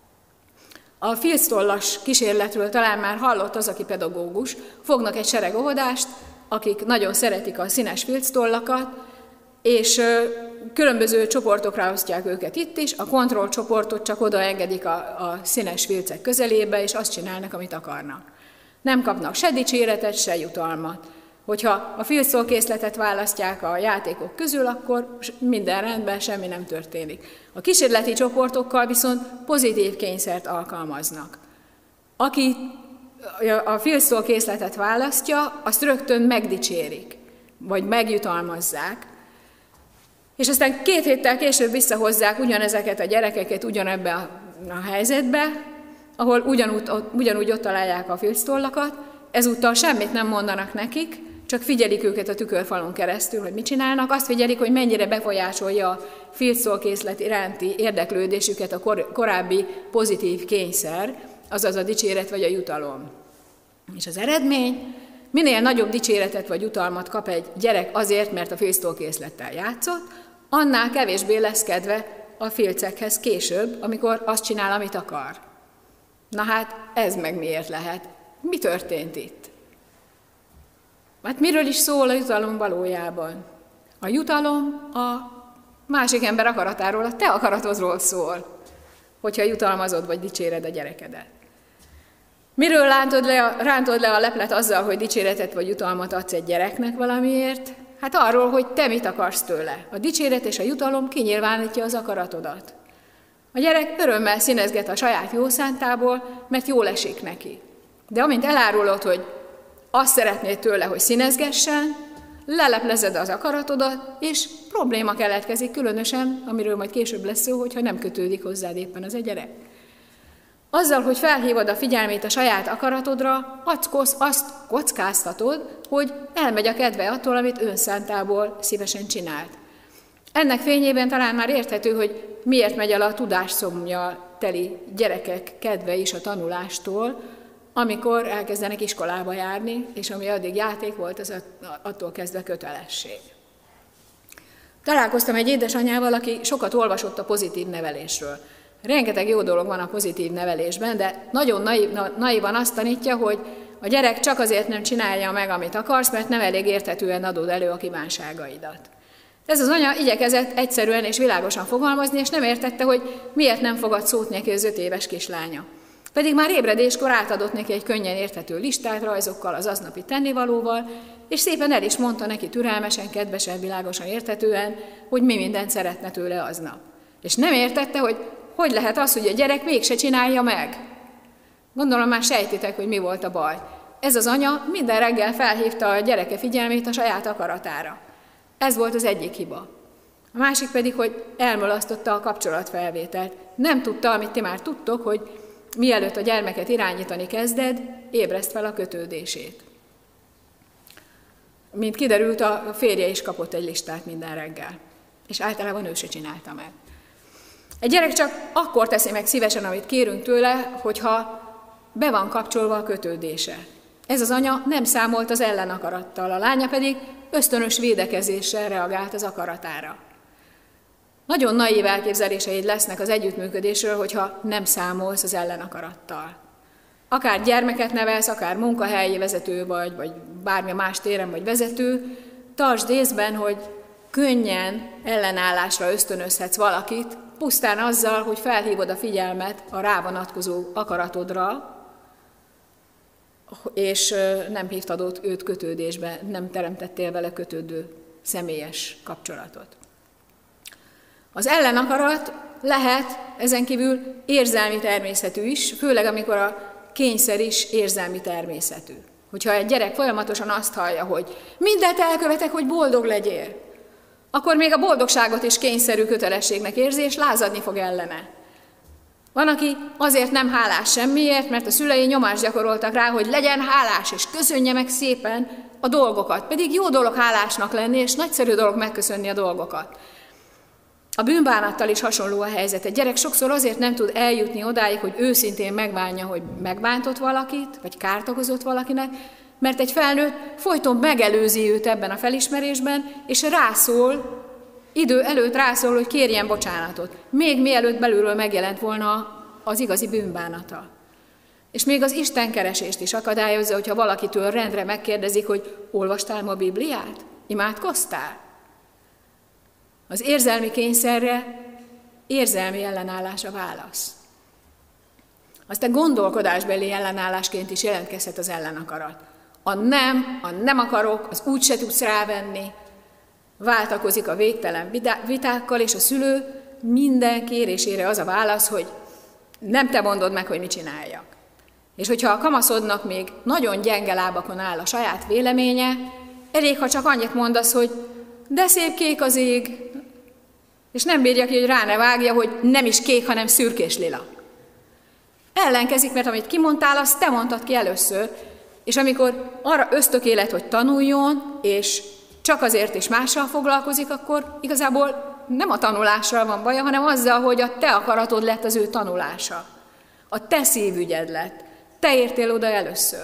A: A filctollas kísérletről talán már hallott az, aki pedagógus. Fognak egy sereg óvodást, akik nagyon szeretik a színes filctollakat, és különböző csoportokra osztják őket itt is. A kontrollcsoportot csak oda engedik a színes filcek közelébe, és azt csinálnak, amit akarnak. Nem kapnak se dicséretet, se jutalmat. Hogyha a filctolkészletet választják a játékok közül, akkor minden rendben, semmi nem történik. A kísérleti csoportokkal viszont pozitív kényszert alkalmaznak. Aki a filctolkészletet választja, azt rögtön megdicsérik, vagy megjutalmazzák, és aztán 2 héttel később visszahozzák ugyanezeket a gyerekeket ugyanebbe a helyzetbe, ahol ugyanúgy ott találják a filctollakat, ezúttal semmit nem mondanak nekik, csak figyelik őket a tükörfalon keresztül, hogy mit csinálnak, azt figyelik, hogy mennyire befolyásolja a filctolkészlet iránti érdeklődésüket a korábbi pozitív kényszer, azaz a dicséret vagy a jutalom. És az eredmény, minél nagyobb dicséretet vagy jutalmat kap egy gyerek azért, mert a filctolkészlettel játszott, annál kevésbé lesz kedve a filcekhez később, amikor azt csinál, amit akar. Na hát, ez meg miért lehet? Mi történt itt? Hát miről is szól a jutalom valójában? A jutalom a másik ember akaratáról, a te akaratodról szól, hogyha jutalmazod vagy dicséred a gyerekedet. Miről rántod le a leplet azzal, hogy dicséretet vagy jutalmat adsz egy gyereknek valamiért? Hát arról, hogy te mit akarsz tőle. A dicséret és a jutalom kinyilvánítja az akaratodat. A gyerek örömmel színezget a saját jószántából, mert jól esik neki. De amint elárulod, hogy azt szeretnéd tőle, hogy színezgessen, leleplezed az akaratodat, és probléma keletkezik, különösen, amiről majd később lesz szó, hogyha nem kötődik hozzád éppen az a gyerek. Azzal, hogy felhívod a figyelmét a saját akaratodra, azt kockáztatod, hogy elmegy a kedve attól, amit önszántából szívesen csinált. Ennek fényében talán már érthető, hogy miért megy el a tudásszomnnyal teli gyerekek kedve is a tanulástól, amikor elkezdenek iskolába járni, és ami addig játék volt, az attól kezdve kötelesség. Találkoztam egy édesanyával, aki sokat olvasott a pozitív nevelésről. Rengeteg jó dolog van a pozitív nevelésben, de nagyon naívan azt tanítja, hogy a gyerek csak azért nem csinálja meg, amit akarsz, mert nem elég érthetően adod elő a kívánságaidat. Ez az anya igyekezett egyszerűen és világosan fogalmazni, és nem értette, hogy miért nem fogad szót neki az 5 éves kislánya. Pedig már ébredéskor átadott neki egy könnyen érthető listát rajzokkal, az aznapi tennivalóval, és szépen el is mondta neki türelmesen, kedvesen, világosan érthetően, hogy mi mindent szeretne tőle aznap. És nem értette, hogy lehet az, hogy a gyerek mégse csinálja meg. Gondolom már sejtitek, hogy mi volt a baj. Ez az anya minden reggel felhívta a gyereke figyelmét a saját akaratára. Ez volt az egyik hiba. A másik pedig, hogy elmulasztotta a kapcsolatfelvételt. Nem tudta, amit ti már tudtok, hogy mielőtt a gyermeket irányítani kezded, ébreszt fel a kötődését. Mint kiderült, a férje is kapott egy listát minden reggel. És általában ő se csinálta meg. Egy gyerek csak akkor teszi meg szívesen, amit kérünk tőle, hogyha be van kapcsolva a kötődése. Ez az anya nem számolt az ellenakarattal, a lánya pedig ösztönös védekezéssel reagált az akaratára. Nagyon naív elképzeléseid lesznek az együttműködésről, hogyha nem számolsz az ellenakarattal. Akár gyermeket nevelsz, akár munkahelyi vezető vagy bármi más téren vagy vezető, tartsd észben, hogy könnyen ellenállásra ösztönözhetsz valakit, pusztán azzal, hogy felhívod a figyelmet a rávonatkozó akaratodra, és nem hívtad őt kötődésbe, nem teremtettél vele kötődő személyes kapcsolatot. Az ellenakarat lehet ezen kívül érzelmi természetű is, főleg amikor a kényszer is érzelmi természetű. Hogyha egy gyerek folyamatosan azt hallja, hogy mindent elkövetek, hogy boldog legyél, akkor még a boldogságot is kényszerű kötelességnek érzi, és lázadni fog ellene. Van, aki azért nem hálás semmiért, mert a szülei nyomást gyakoroltak rá, hogy legyen hálás, és köszönje meg szépen a dolgokat. Pedig jó dolog hálásnak lenni, és nagyszerű dolog megköszönni a dolgokat. A bűnbánattal is hasonló a helyzet. Egy gyerek sokszor azért nem tud eljutni odáig, hogy őszintén megbánja, hogy megbántott valakit, vagy kárt okozott valakinek, mert egy felnőtt folyton megelőzi őt ebben a felismerésben, és rászól, idő előtt rászól, hogy kérjen bocsánatot, még mielőtt belülről megjelent volna az igazi bűnbánata. És még az istenkeresést is akadályozza, hogyha valakitől rendre megkérdezik, hogy olvastál ma Bibliát? Imádkoztál? Az érzelmi kényszerre érzelmi ellenállás a válasz. Aztán gondolkodásbeli ellenállásként is jelentkezhet az ellenakarat. A nem akarok, az úgy se tudsz rávenni, váltakozik a végtelen vitákkal, és a szülő minden kérésére az a válasz, hogy nem te mondod meg, hogy mit csináljak. És hogyha a kamaszodnak még nagyon gyenge lábakon áll a saját véleménye, elég, ha csak annyit mondasz, hogy de szép kék az ég, és nem bírja ki, hogy rá ne vágja, hogy nem is kék, hanem szürkés lila. Ellenkezik, mert amit kimondtál, azt te mondtad ki először, és amikor arra ösztökélet, hogy tanuljon, és csak azért és mással foglalkozik, akkor igazából nem a tanulással van baja, hanem azzal, hogy a te akaratod lett az ő tanulása. A te szívügyed lett. Te értél oda először.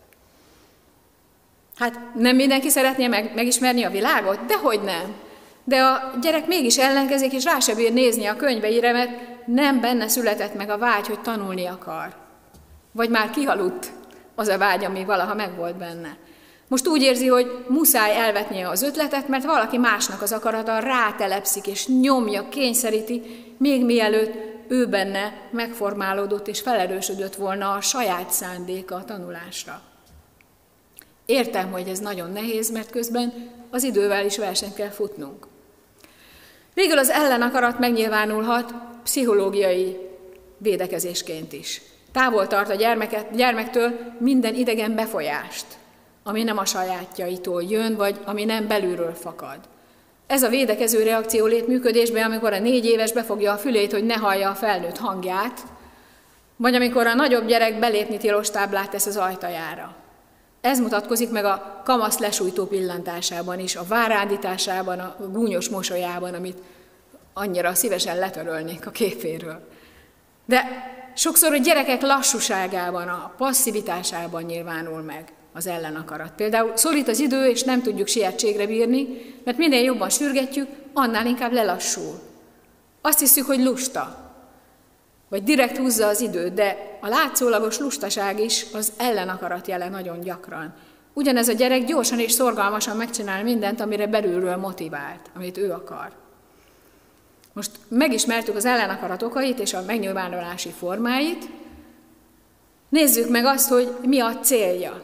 A: Hát nem mindenki szeretné megismerni a világot? Dehogy nem. De a gyerek mégis ellenkezik, és rá se bír nézni a könyveire, mert nem benne született meg a vágy, hogy tanulni akar. Vagy már kihaludt az a vágy, ami valaha megvolt benne. Most úgy érzi, hogy muszáj elvetnie az ötletet, mert valaki másnak az akarata rátelepszik, és nyomja, kényszeríti, még mielőtt ő benne megformálódott és felerősödött volna a saját szándéka a tanulásra. Értem, hogy ez nagyon nehéz, mert közben az idővel is versenyt kell futnunk. Végül az ellenakarat megnyilvánulhat pszichológiai védekezésként is. Távol tart a gyermektől minden idegen befolyást, ami nem a sajátjaitól jön, vagy ami nem belülről fakad. Ez a védekező reakció lép működésbe, amikor a 4 éves befogja a fülét, hogy ne hallja a felnőtt hangját, vagy amikor a nagyobb gyerek belépni tilos táblát tesz az ajtajára. Ez mutatkozik meg a kamasz lesújtó pillantásában is, a várándításában, a gúnyos mosolyában, amit annyira szívesen letörölnék a képéről. De sokszor a gyerekek lassúságában, a passzivitásában nyilvánul meg az ellenakarat. Például szorít az idő, és nem tudjuk sietségre bírni, mert minél jobban sürgetjük, annál inkább lelassul. Azt hiszük, hogy lusta. vagy direkt húzza az időt, de a látszólagos lustaság is az ellenakarat jele nagyon gyakran. Ugyanez a gyerek gyorsan és szorgalmasan megcsinál mindent, amire belülről motivált, amit ő akar. Most megismertük az ellenakarat okait és a megnyilvánulási formáit. Nézzük meg azt, hogy mi a célja.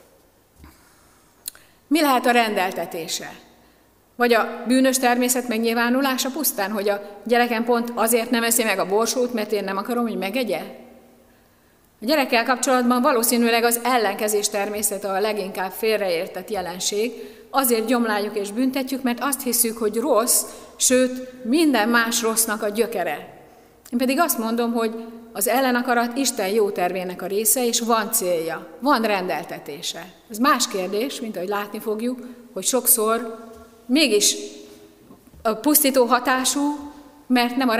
A: Mi lehet a rendeltetése? Vagy a bűnös természet megnyilvánulása pusztán, hogy a gyerekem pont azért nem eszi meg a borsót, mert én nem akarom, hogy megegye? A gyerekkel kapcsolatban valószínűleg az ellenkezés természete a leginkább félreértett jelenség. Azért gyomláljuk és büntetjük, mert azt hiszük, hogy rossz, sőt, minden más rossznak a gyökere. Én pedig azt mondom, hogy az ellenakarat Isten jó tervének a része, és van célja, van rendeltetése. Ez más kérdés, mint ahogy látni fogjuk, hogy sokszor mégis pusztító hatású, mert nem a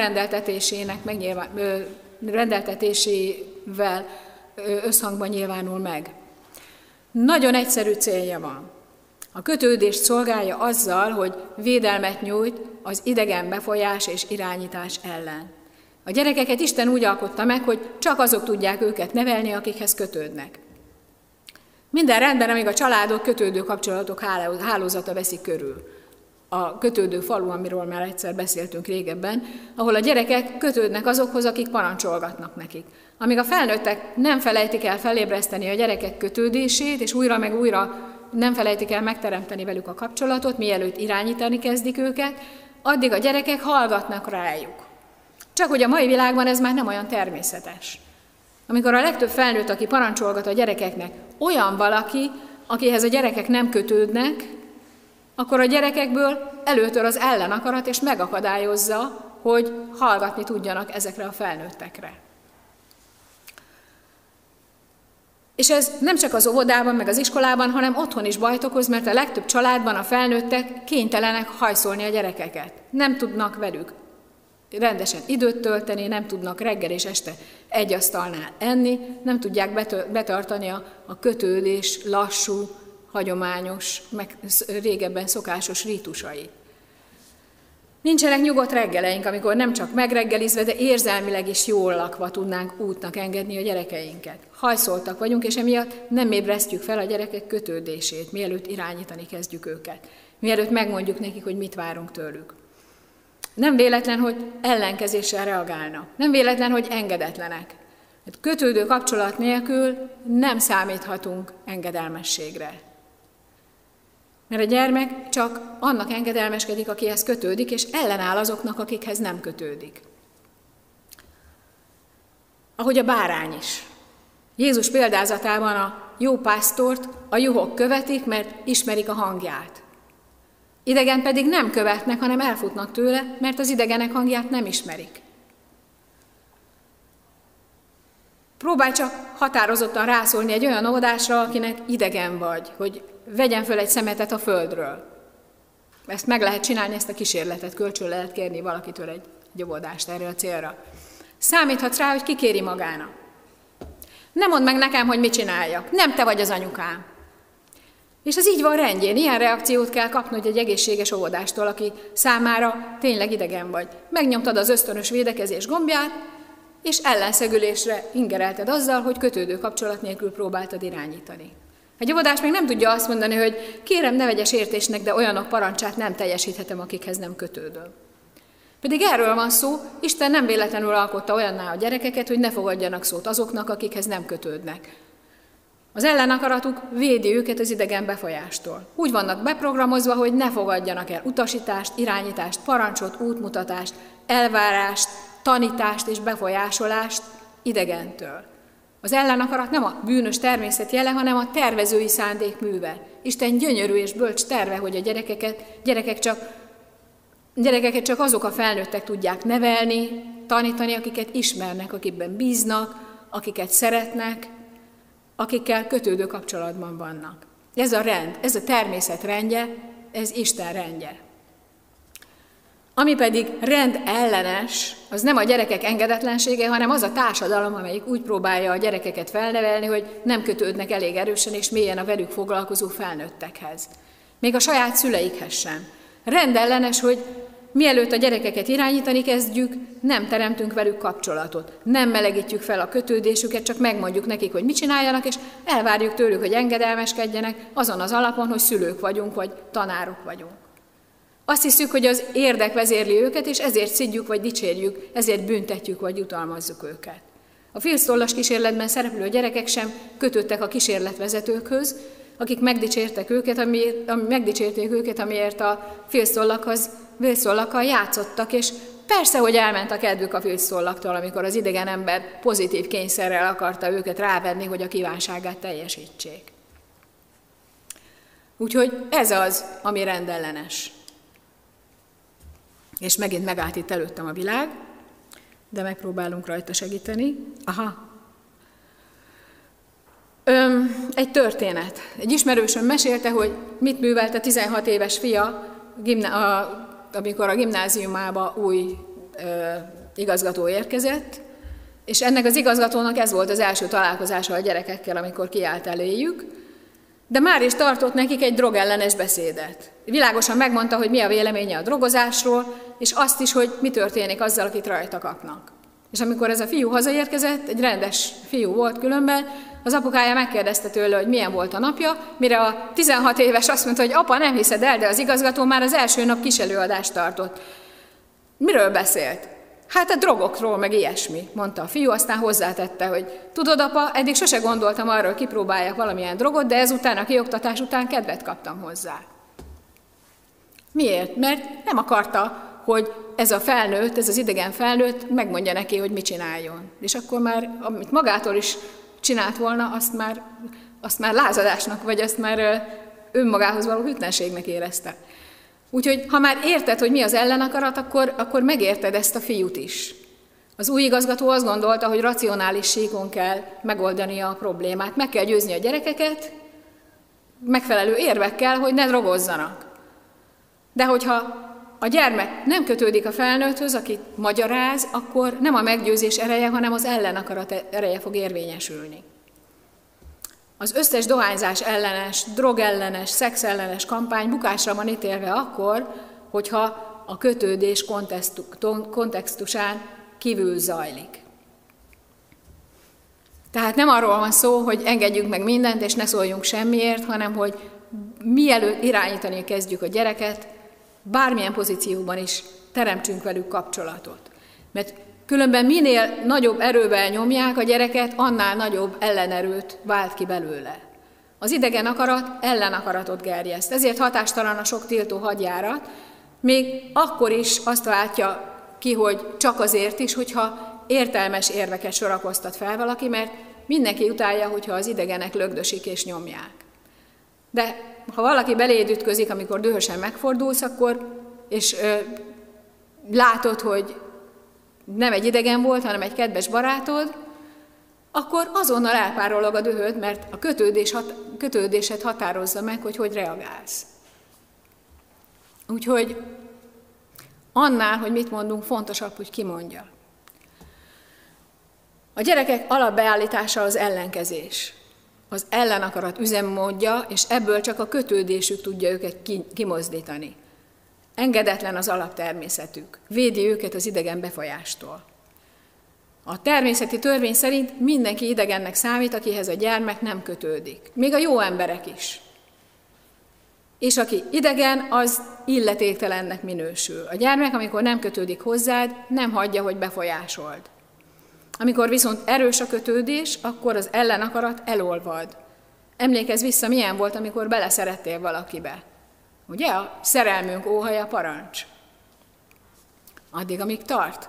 A: rendeltetésével összhangban nyilvánul meg. Nagyon egyszerű célja van. A kötődést szolgálja azzal, hogy védelmet nyújt az idegen befolyás és irányítás ellen. A gyerekeket Isten úgy alkotta meg, hogy csak azok tudják őket nevelni, akikhez kötődnek. Minden rendben, amíg a családok kötődő kapcsolatok hálózata veszi körül. A kötődő falu, amiről már egyszer beszéltünk régebben, ahol a gyerekek kötődnek azokhoz, akik parancsolgatnak nekik. Amíg a felnőttek nem felejtik el felébreszteni a gyerekek kötődését, és újra meg újra nem felejtik el megteremteni velük a kapcsolatot, mielőtt irányítani kezdik őket, addig a gyerekek hallgatnak rájuk. Csak hogy a mai világban ez már nem olyan természetes. Amikor a legtöbb felnőtt, aki parancsolgat a gyerekeknek, olyan valaki, akihez a gyerekek nem kötődnek, akkor a gyerekekből előtör az ellenakarat, és megakadályozza, hogy hallgatni tudjanak ezekre a felnőttekre. És ez nem csak az óvodában, meg az iskolában, hanem otthon is bajt okoz, mert a legtöbb családban a felnőttek kénytelenek hajszolni a gyerekeket. Nem tudnak velük rendesen időt tölteni, nem tudnak reggel és este egy asztalnál enni, nem tudják betartani a kötődés lassú, hagyományos, meg régebben szokásos rítusait. Nincsenek nyugodt reggeleink, amikor nem csak megreggelizve, de érzelmileg is jól lakva tudnánk útnak engedni a gyerekeinket. Hajszoltak vagyunk, és emiatt nem ébresztjük fel a gyerekek kötődését, mielőtt irányítani kezdjük őket, mielőtt megmondjuk nekik, hogy mit várunk tőlük. Nem véletlen, hogy ellenkezéssel reagálnak. Nem véletlen, hogy engedetlenek. Kötődő kapcsolat nélkül nem számíthatunk engedelmességre. Mert a gyermek csak annak engedelmeskedik, akihez kötődik, és ellenáll azoknak, akikhez nem kötődik. Ahogy a bárány is. Jézus példázatában a jó pásztort a juhok követik, mert ismerik a hangját. Idegen pedig nem követnek, hanem elfutnak tőle, mert az idegenek hangját nem ismerik. Próbálj csak határozottan rászólni egy olyan óvodásra, akinek idegen vagy, hogy vegyen föl egy szemetet a földről. Ezt meg lehet csinálni, ezt a kísérletet, kölcsön lehet kérni valakitől egy óvodást erre a célra. Számíthatsz rá, hogy kikéri magának. Nem mondd meg nekem, hogy mit csináljak, nem te vagy az anyukám. És ez így van rendjén, ilyen reakciót kell kapnod egy egészséges óvodástól, aki számára tényleg idegen vagy. Megnyomtad az ösztönös védekezés gombját, és ellenszegülésre ingerelted azzal, hogy kötődő kapcsolat nélkül próbáltad irányítani. Egy óvodás még nem tudja azt mondani, hogy kérem, ne vegyes értésnek, de olyanok parancsát nem teljesíthetem, akikhez nem kötődöm. Pedig erről van szó, Isten nem véletlenül alkotta olyanná a gyerekeket, hogy ne fogadjanak szót azoknak, akikhez nem kötődnek. Az ellenakaratuk védi őket az idegen befolyástól. Úgy vannak beprogramozva, hogy ne fogadjanak el utasítást, irányítást, parancsot, útmutatást, elvárást, tanítást és befolyásolást idegentől. Az ellenakarat nem a bűnös természet jele, hanem a tervezői szándék műve. Isten gyönyörű és bölcs terve, hogy a gyerekeket csak azok a felnőttek tudják nevelni, tanítani, akiket ismernek, akikben bíznak, akiket szeretnek, akikkel kötődő kapcsolatban vannak. Ez a rend, ez a természet rendje, ez Isten rendje. Ami pedig rend ellenes, az nem a gyerekek engedetlensége, hanem az a társadalom, amelyik úgy próbálja a gyerekeket felnevelni, hogy nem kötődnek elég erősen és mélyen a velük foglalkozó felnőttekhez. Még a saját szüleikhez sem. Rendellenes, hogy mielőtt a gyerekeket irányítani kezdjük, nem teremtünk velük kapcsolatot. Nem melegítjük fel a kötődésüket, csak megmondjuk nekik, hogy mit csináljanak, és elvárjuk tőlük, hogy engedelmeskedjenek azon az alapon, hogy szülők vagyunk, vagy tanárok vagyunk. Azt hiszük, hogy az érdek vezérli őket, és ezért szidjuk, vagy dicsérjük, ezért büntetjük, vagy jutalmazzuk őket. A félsztollas kísérletben szereplő gyerekek sem kötődtek a kísérletvezetőkhöz, akik megdicsérték őket, amiért a félsztollakkal játszottak, és persze, hogy elment a kedvük a félsztollaktól, amikor az idegen ember pozitív kényszerrel akarta őket rávenni, hogy a kívánságát teljesítsék. Úgyhogy ez az, ami rendellenes. És megint megállt itt előttem a világ, de megpróbálunk rajta segíteni. Egy történet. Egy ismerősöm mesélte, hogy mit művelt a 16 éves fia, amikor a gimnáziumába új igazgató érkezett, és ennek az igazgatónak ez volt az első találkozása a gyerekekkel, amikor kiállt eléjük, de már is tartott nekik egy drogellenes beszédet. Világosan megmondta, hogy mi a véleménye a drogozásról, és azt is, hogy mi történik azzal, akit rajta kapnak. És amikor ez a fiú hazaérkezett, egy rendes fiú volt különben, az apukája megkérdezte tőle, hogy milyen volt a napja, mire a 16 éves azt mondta, hogy apa, nem hiszed el, de az igazgató már az első nap kis előadást tartott. Miről beszélt? Hát a drogokról, meg ilyesmi, mondta a fiú, aztán hozzátette, hogy tudod, apa, eddig sose gondoltam arra, hogy kipróbáljak valamilyen drogot, de ezután, a kioktatás után kedvet kaptam hozzá. Miért? Mert nem akarta, hogy ez a felnőtt, ez az idegen felnőtt megmondja neki, hogy mit csináljon. És akkor már, amit magától is csinált volna, azt már lázadásnak, vagy azt már önmagához való hűtlenségnek érezte. Úgyhogy, ha már érted, hogy mi az ellenakarat, akkor megérted ezt a fiút is. Az új igazgató azt gondolta, hogy racionális síkon kell megoldania a problémát. Meg kell győzni a gyerekeket, megfelelő érvekkel, hogy ne drogozzanak. De hogyha a gyermek nem kötődik a felnőtthöz, akit magyaráz, akkor nem a meggyőzés ereje, hanem az ellenakarat ereje fog érvényesülni. Az összes dohányzás ellenes, drogellenes, szexellenes kampány bukásra van ítélve akkor, hogyha a kötődés kontextusán kívül zajlik. Tehát nem arról van szó, hogy engedjünk meg mindent, és ne szóljunk semmiért, hanem hogy mielőtt irányítani kezdjük a gyereket, bármilyen pozícióban is teremtsünk velük kapcsolatot. Mert különben minél nagyobb erővel nyomják a gyereket, annál nagyobb ellenerőt vált ki belőle. Az idegen akarat ellenakaratot gerjeszt, ezért hatástalan a sok tiltó hadjárat, még akkor is azt váltja ki, hogy csak azért is, hogyha értelmes érveket sorakoztat fel valaki, mert mindenki utálja, hogyha az idegenek lögdösik és nyomják. De ha valaki beléd ütközik, amikor dühösen megfordulsz, és látod, hogy nem egy idegen volt, hanem egy kedves barátod, akkor azonnal elpárolog a dühöd, mert a kötődésed határozza meg, hogy reagálsz. Úgyhogy annál, hogy mit mondunk, fontosabb, hogy ki mondja. A gyerekek alapbeállítása az ellenkezés. Az ellenakarat üzemmódja, és ebből csak a kötődésük tudja őket kimozdítani. Engedetlen az alaptermészetük, védi őket az idegen befolyástól. A természeti törvény szerint mindenki idegennek számít, akihez a gyermek nem kötődik. Még a jó emberek is. És aki idegen, az illetéktelennek minősül. A gyermek, amikor nem kötődik hozzád, nem hagyja, hogy befolyásold. Amikor viszont erős a kötődés, akkor az ellenakarat elolvad. Emlékezz vissza, milyen volt, amikor beleszerettél valakibe. Ugye? A szerelmünk óhaja parancs. Addig, amíg tart.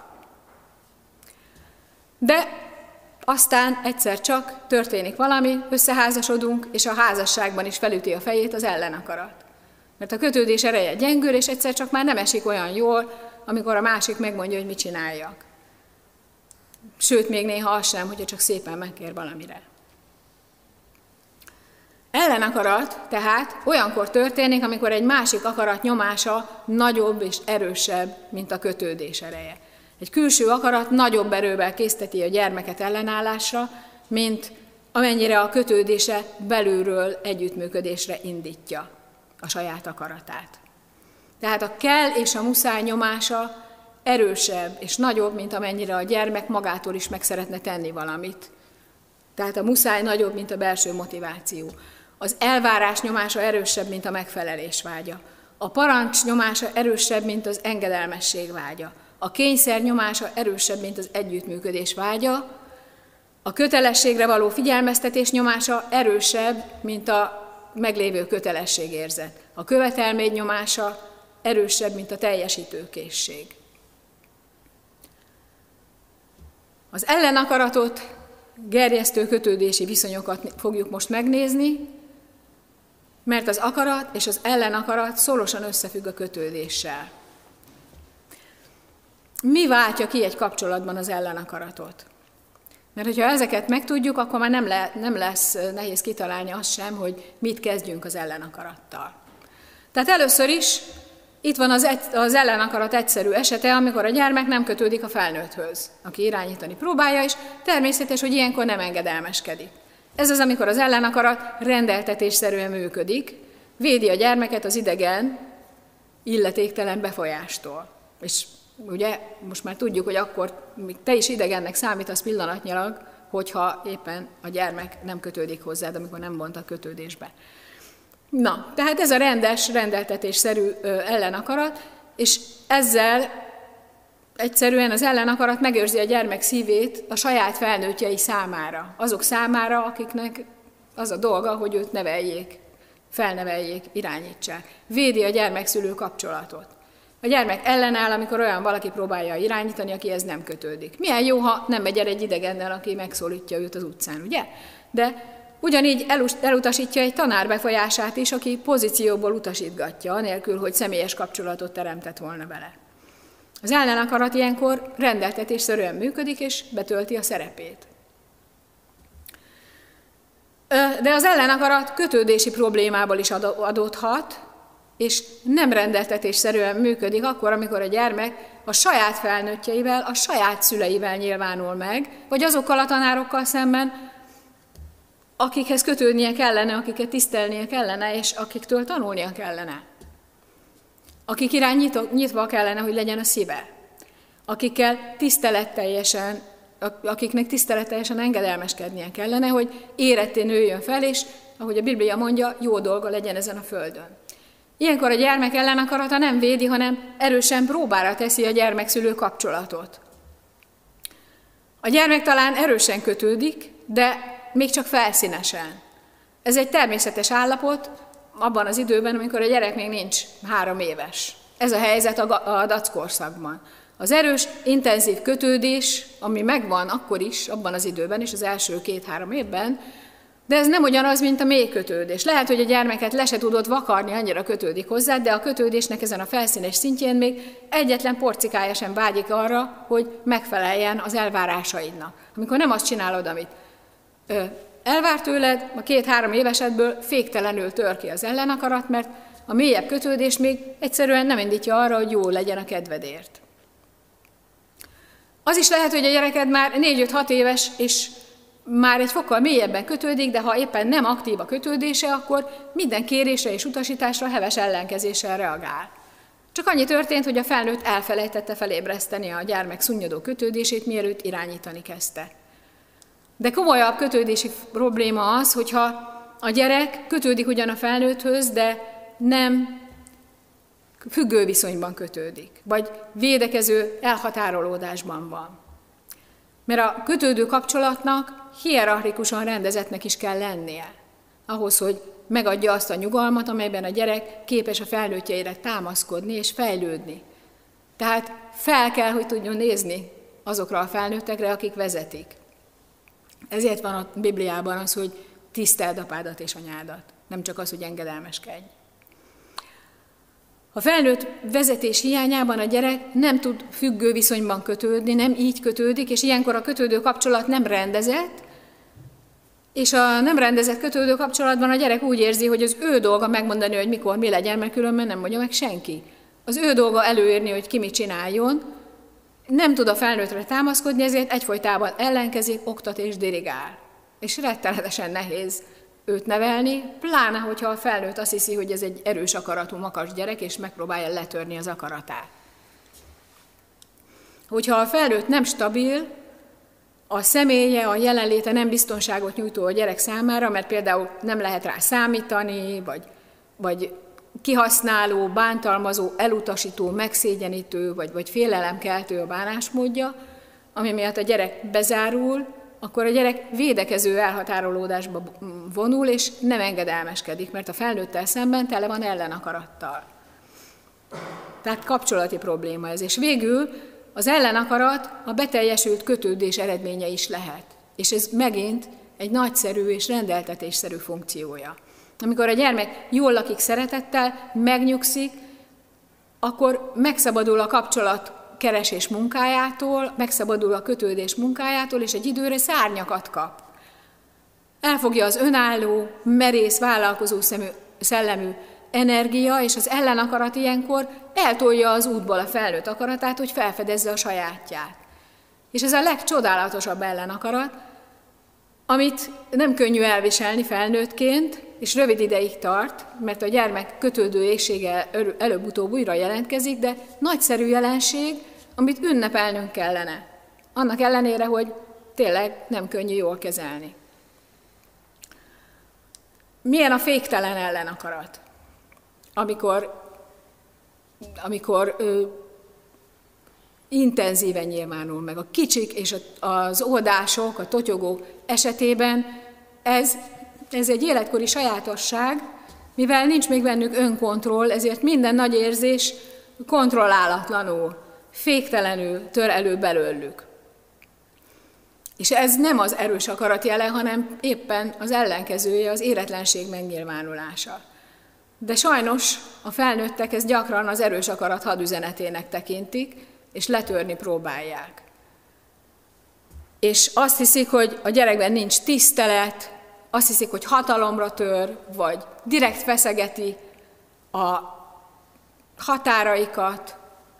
A: De aztán egyszer csak történik valami, összeházasodunk, és a házasságban is felüti a fejét az ellenakarat. Mert a kötődés ereje gyengül, és egyszer csak már nem esik olyan jól, amikor a másik megmondja, hogy mit csináljak. Sőt, még néha az sem, hogyha csak szépen megkér valamire. Ellenakarat tehát olyankor történik, amikor egy másik akarat nyomása nagyobb és erősebb, mint a kötődés ereje. Egy külső akarat nagyobb erővel készteti a gyermeket ellenállásra, mint amennyire a kötődése belülről együttműködésre indítja a saját akaratát. Tehát a kell és a muszáj nyomása erősebb és nagyobb, mint amennyire a gyermek magától is meg szeretne tenni valamit. Tehát a muszáj nagyobb, mint a belső motiváció. Az elvárás nyomása erősebb, mint a megfelelés vágya. A parancs nyomása erősebb, mint az engedelmesség vágya. A kényszer nyomása erősebb, mint az együttműködés vágya. A kötelességre való figyelmeztetés nyomása erősebb, mint a meglévő kötelességérzet. A követelmény nyomása erősebb, mint a teljesítőkészség. Az ellenakaratot, gerjesztő kötődési viszonyokat fogjuk most megnézni, mert az akarat és az ellenakarat szorosan összefügg a kötődéssel. Mi váltja ki egy kapcsolatban az ellenakaratot? Mert hogyha ezeket megtudjuk, akkor már nem lesz nehéz kitalálni azt sem, hogy mit kezdjünk az ellenakarattal. Tehát először is itt van az ellenakarat egyszerű esete, amikor a gyermek nem kötődik a felnőtthöz, aki irányítani próbálja, és természetes, hogy ilyenkor nem engedelmeskedik. Ez az, amikor az ellenakarat rendeltetésszerűen működik, védi a gyermeket az idegen, illetéktelen befolyástól. És ugye most már tudjuk, hogy akkor még te is idegennek számítasz pillanatnyilag, hogyha éppen a gyermek nem kötődik hozzád, amikor nem vont a kötődésbe. Na, tehát ez a rendes, rendeltetésszerű ellenakarat, és ezzel egyszerűen az ellenakarat megőrzi a gyermek szívét a saját felnőttjei számára, azok számára, akiknek az a dolga, hogy őt neveljék, felneveljék, irányítsák. Védi a gyermek-szülő kapcsolatot. A gyermek ellenáll, amikor olyan valaki próbálja irányítani, akihez nem kötődik. Milyen jó, ha nem megy el egy idegennel, aki megszólítja őt az utcán, ugye? De ugyanígy elutasítja egy tanár befolyását is, aki pozícióból utasítgatja, anélkül, hogy személyes kapcsolatot teremtett volna vele. Az ellenakarat ilyenkor rendeltetésszerűen működik, és betölti a szerepét. De az ellenakarat kötődési problémából is adódhat, és nem rendeltetésszerűen működik akkor, amikor a gyermek a saját felnőttjeivel, a saját szüleivel nyilvánul meg, vagy azokkal a tanárokkal szemben, akikhez kötődnie kellene, akiket tisztelnie kellene, és akiktől tanulnia kellene. Akik irány nyitva kellene, hogy legyen a szíve. Akiknek tiszteletteljesen engedelmeskednie kellene, hogy éretté nőjön fel, és ahogy a Biblia mondja, jó dolga legyen ezen a földön. Ilyenkor a gyermek ellenakarata nem védi, hanem erősen próbára teszi a gyermekszülő kapcsolatot. A gyermek talán erősen kötődik, de még csak felszínesen. Ez egy természetes állapot abban az időben, amikor a gyerek még nincs 3 éves. Ez a helyzet a dackorszakban. Az erős, intenzív kötődés, ami megvan akkor is, abban az időben is, az első 2-3 évben, de ez nem ugyanaz, mint a mély kötődés. Lehet, hogy a gyermeket le se tudod vakarni, annyira kötődik hozzá, de a kötődésnek ezen a felszínes szintjén még egyetlen porcikája sem vágyik arra, hogy megfeleljen az elvárásaidnak. Amikor nem azt csinálod, amit elvár tőled, a 2-3 évesedből féktelenül tör ki az ellenakarat, mert a mélyebb kötődés még egyszerűen nem indítja arra, hogy jó legyen a kedvedért. Az is lehet, hogy a gyereked már 4-5-6 éves, és már egy fokkal mélyebben kötődik, de ha éppen nem aktív a kötődése, akkor minden kérésre és utasításra heves ellenkezéssel reagál. Csak annyi történt, hogy a felnőtt elfelejtette felébreszteni a gyermek szunnyadó kötődését, mielőtt irányítani kezdte. De komolyabb kötődési probléma az, hogyha a gyerek kötődik ugyan a felnőtthöz, de nem függő viszonyban kötődik, vagy védekező elhatárolódásban van. Mert a kötődő kapcsolatnak hierarchikusan rendezettnek is kell lennie, ahhoz, hogy megadja azt a nyugalmat, amelyben a gyerek képes a felnőttjeire támaszkodni és fejlődni. Tehát fel kell, hogy tudjon nézni azokra a felnőttekre, akik vezetik. Ezért van a Bibliában az, hogy tiszteld apádat és anyádat, nem csak az, hogy engedelmeskedj. A felnőtt vezetés hiányában a gyerek nem tud függő viszonyban kötődni, nem így kötődik, és ilyenkor a kötődő kapcsolat nem rendezett, és a nem rendezett kötődő kapcsolatban a gyerek úgy érzi, hogy az ő dolga megmondani, hogy mikor mi legyen, mert különben nem mondja meg senki. Az ő dolga előírni, hogy ki mit csináljon, nem tud a felnőttre támaszkodni, ezért egyfolytában ellenkezik, oktat és dirigál. És rettenetesen nehéz őt nevelni, pláne, hogyha a felnőtt azt hiszi, hogy ez egy erős akaratú makas gyerek, és megpróbálja letörni az akaratát. Hogyha a felnőtt nem stabil, a személye, a jelenléte nem biztonságot nyújtó a gyerek számára, mert például nem lehet rá számítani, vagy kihasználó, bántalmazó, elutasító, megszégyenítő, vagy félelemkeltő a bánásmódja, ami miatt a gyerek bezárul, akkor a gyerek védekező elhatárolódásba vonul, és nem engedelmeskedik, mert a felnőttel szemben tele van ellenakarattal. Tehát kapcsolati probléma ez. És végül az ellenakarat a beteljesült kötődés eredménye is lehet. És ez megint egy nagyszerű és rendeltetésszerű funkciója. Amikor a gyermek jól lakik szeretettel, megnyugszik, akkor megszabadul a kapcsolatkeresés munkájától, megszabadul a kötődés munkájától, és egy időre szárnyakat kap. Elfogja az önálló, merész, vállalkozó szellemű energia, és az ellenakarat ilyenkor eltolja az útból a felnőtt akaratát, hogy felfedezze a sajátját. És ez a legcsodálatosabb ellenakarat, amit nem könnyű elviselni felnőttként, és rövid ideig tart, mert a gyermek kötődő éhsége előbb-utóbb újra jelentkezik, de nagyszerű jelenség, amit ünnepelnünk kellene. Annak ellenére, hogy tényleg nem könnyű jól kezelni. Milyen a féktelen ellenakarat? Amikor intenzíven nyilvánul meg. A kicsik és az óvodások, a totyogó esetében ez egy életkori sajátosság, mivel nincs még bennük önkontroll, ezért minden nagy érzés kontrollálatlanul, féktelenül tör elő belőlük. És ez nem az erős akarat jele, hanem éppen az ellenkezője, az éretlenség megnyilvánulása. De sajnos a felnőttek ezt gyakran az erős akarat hadüzenetének tekintik, és letörni próbálják. És azt hiszik, hogy a gyerekben nincs tisztelet, azt hiszik, hogy hatalomra tör, vagy direkt feszegeti a határaikat,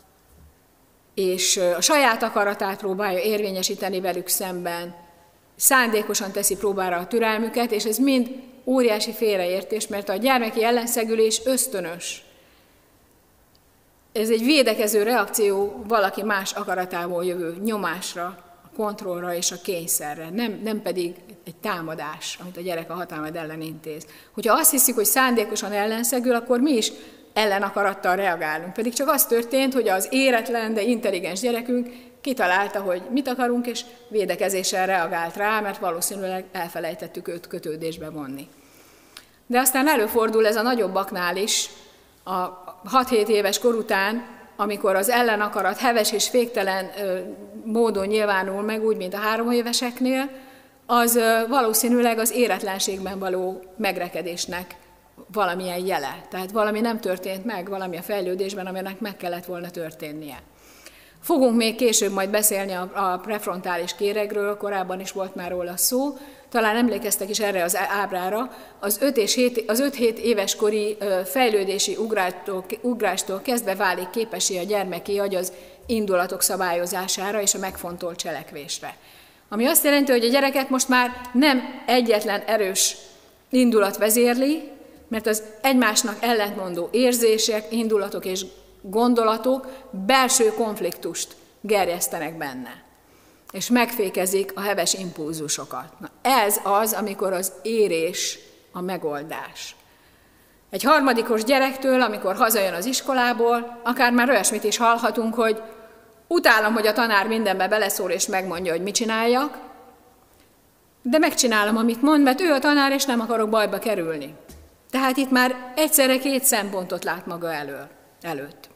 A: és a saját akaratát próbálja érvényesíteni velük szemben, szándékosan teszi próbára a türelmüket, és ez mind óriási félreértés, mert a gyermeki ellenszegülés ösztönös. Ez egy védekező reakció valaki más akaratából jövő nyomásra, a kontrollra és a kényszerre, nem pedig egy támadás, amit a gyerek a hatalmad ellen intéz. Hogyha azt hiszik, hogy szándékosan ellenszegül, akkor mi is ellenakarattal reagálunk. Pedig csak az történt, hogy az éretlen, de intelligens gyerekünk kitalálta, hogy mit akarunk, és védekezéssel reagált rá, mert valószínűleg elfelejtettük őt kötődésbe vonni. De aztán előfordul ez a nagyobbaknál is, a 6-7 éves kor után, amikor az ellenakarat heves és féktelen módon nyilvánul meg, úgy, mint a 3 éveseknél, az valószínűleg az éretlenségben való megrekedésnek valamilyen jele. Tehát valami nem történt meg, valami a fejlődésben, aminek meg kellett volna történnie. Fogunk még később majd beszélni a prefrontális kéregről, korábban is volt már róla szó, talán emlékeztek is erre az ábrára, az 5-7 éves kori fejlődési ugrástól kezdve válik képessé a gyermeki agy az indulatok szabályozására és a megfontolt cselekvésre. Ami azt jelenti, hogy a gyereket most már nem egyetlen erős indulat vezérli, mert az egymásnak ellentmondó érzések, indulatok és gondolatok belső konfliktust gerjesztenek benne, és megfékezik a heves impulzusokat. Na, ez az, amikor az érés a megoldás. Egy harmadikos gyerektől, amikor hazajön az iskolából, akár már olyasmit is hallhatunk, hogy utálom, hogy a tanár mindenbe beleszól és megmondja, hogy mit csináljak, de megcsinálom, amit mond, mert ő a tanár, és nem akarok bajba kerülni. Tehát itt már egyszerre 2 szempontot lát maga előtt.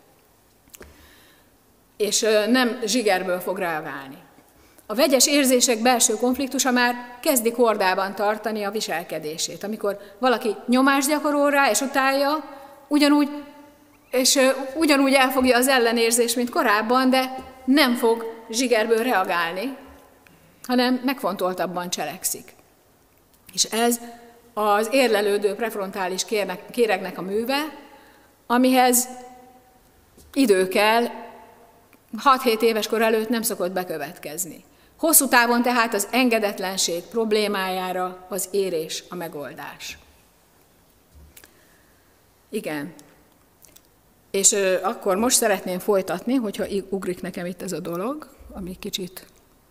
A: És nem zsigerből fog reagálni. A vegyes érzések belső konfliktusa már kezdi kordában tartani a viselkedését. Amikor valaki nyomást gyakorol rá, és utálja, ugyanúgy elfogja az ellenérzést, mint korábban, de nem fog zsigerből reagálni, hanem megfontoltabban cselekszik. És ez az érlelődő prefrontális kéregnek a műve, amihez idő kell, 6-7 éves kor előtt nem szokott bekövetkezni. Hosszú távon tehát az engedetlenség problémájára az érés a megoldás. Igen. És akkor most szeretném folytatni, hogyha ugrik nekem itt ez a dolog, ami kicsit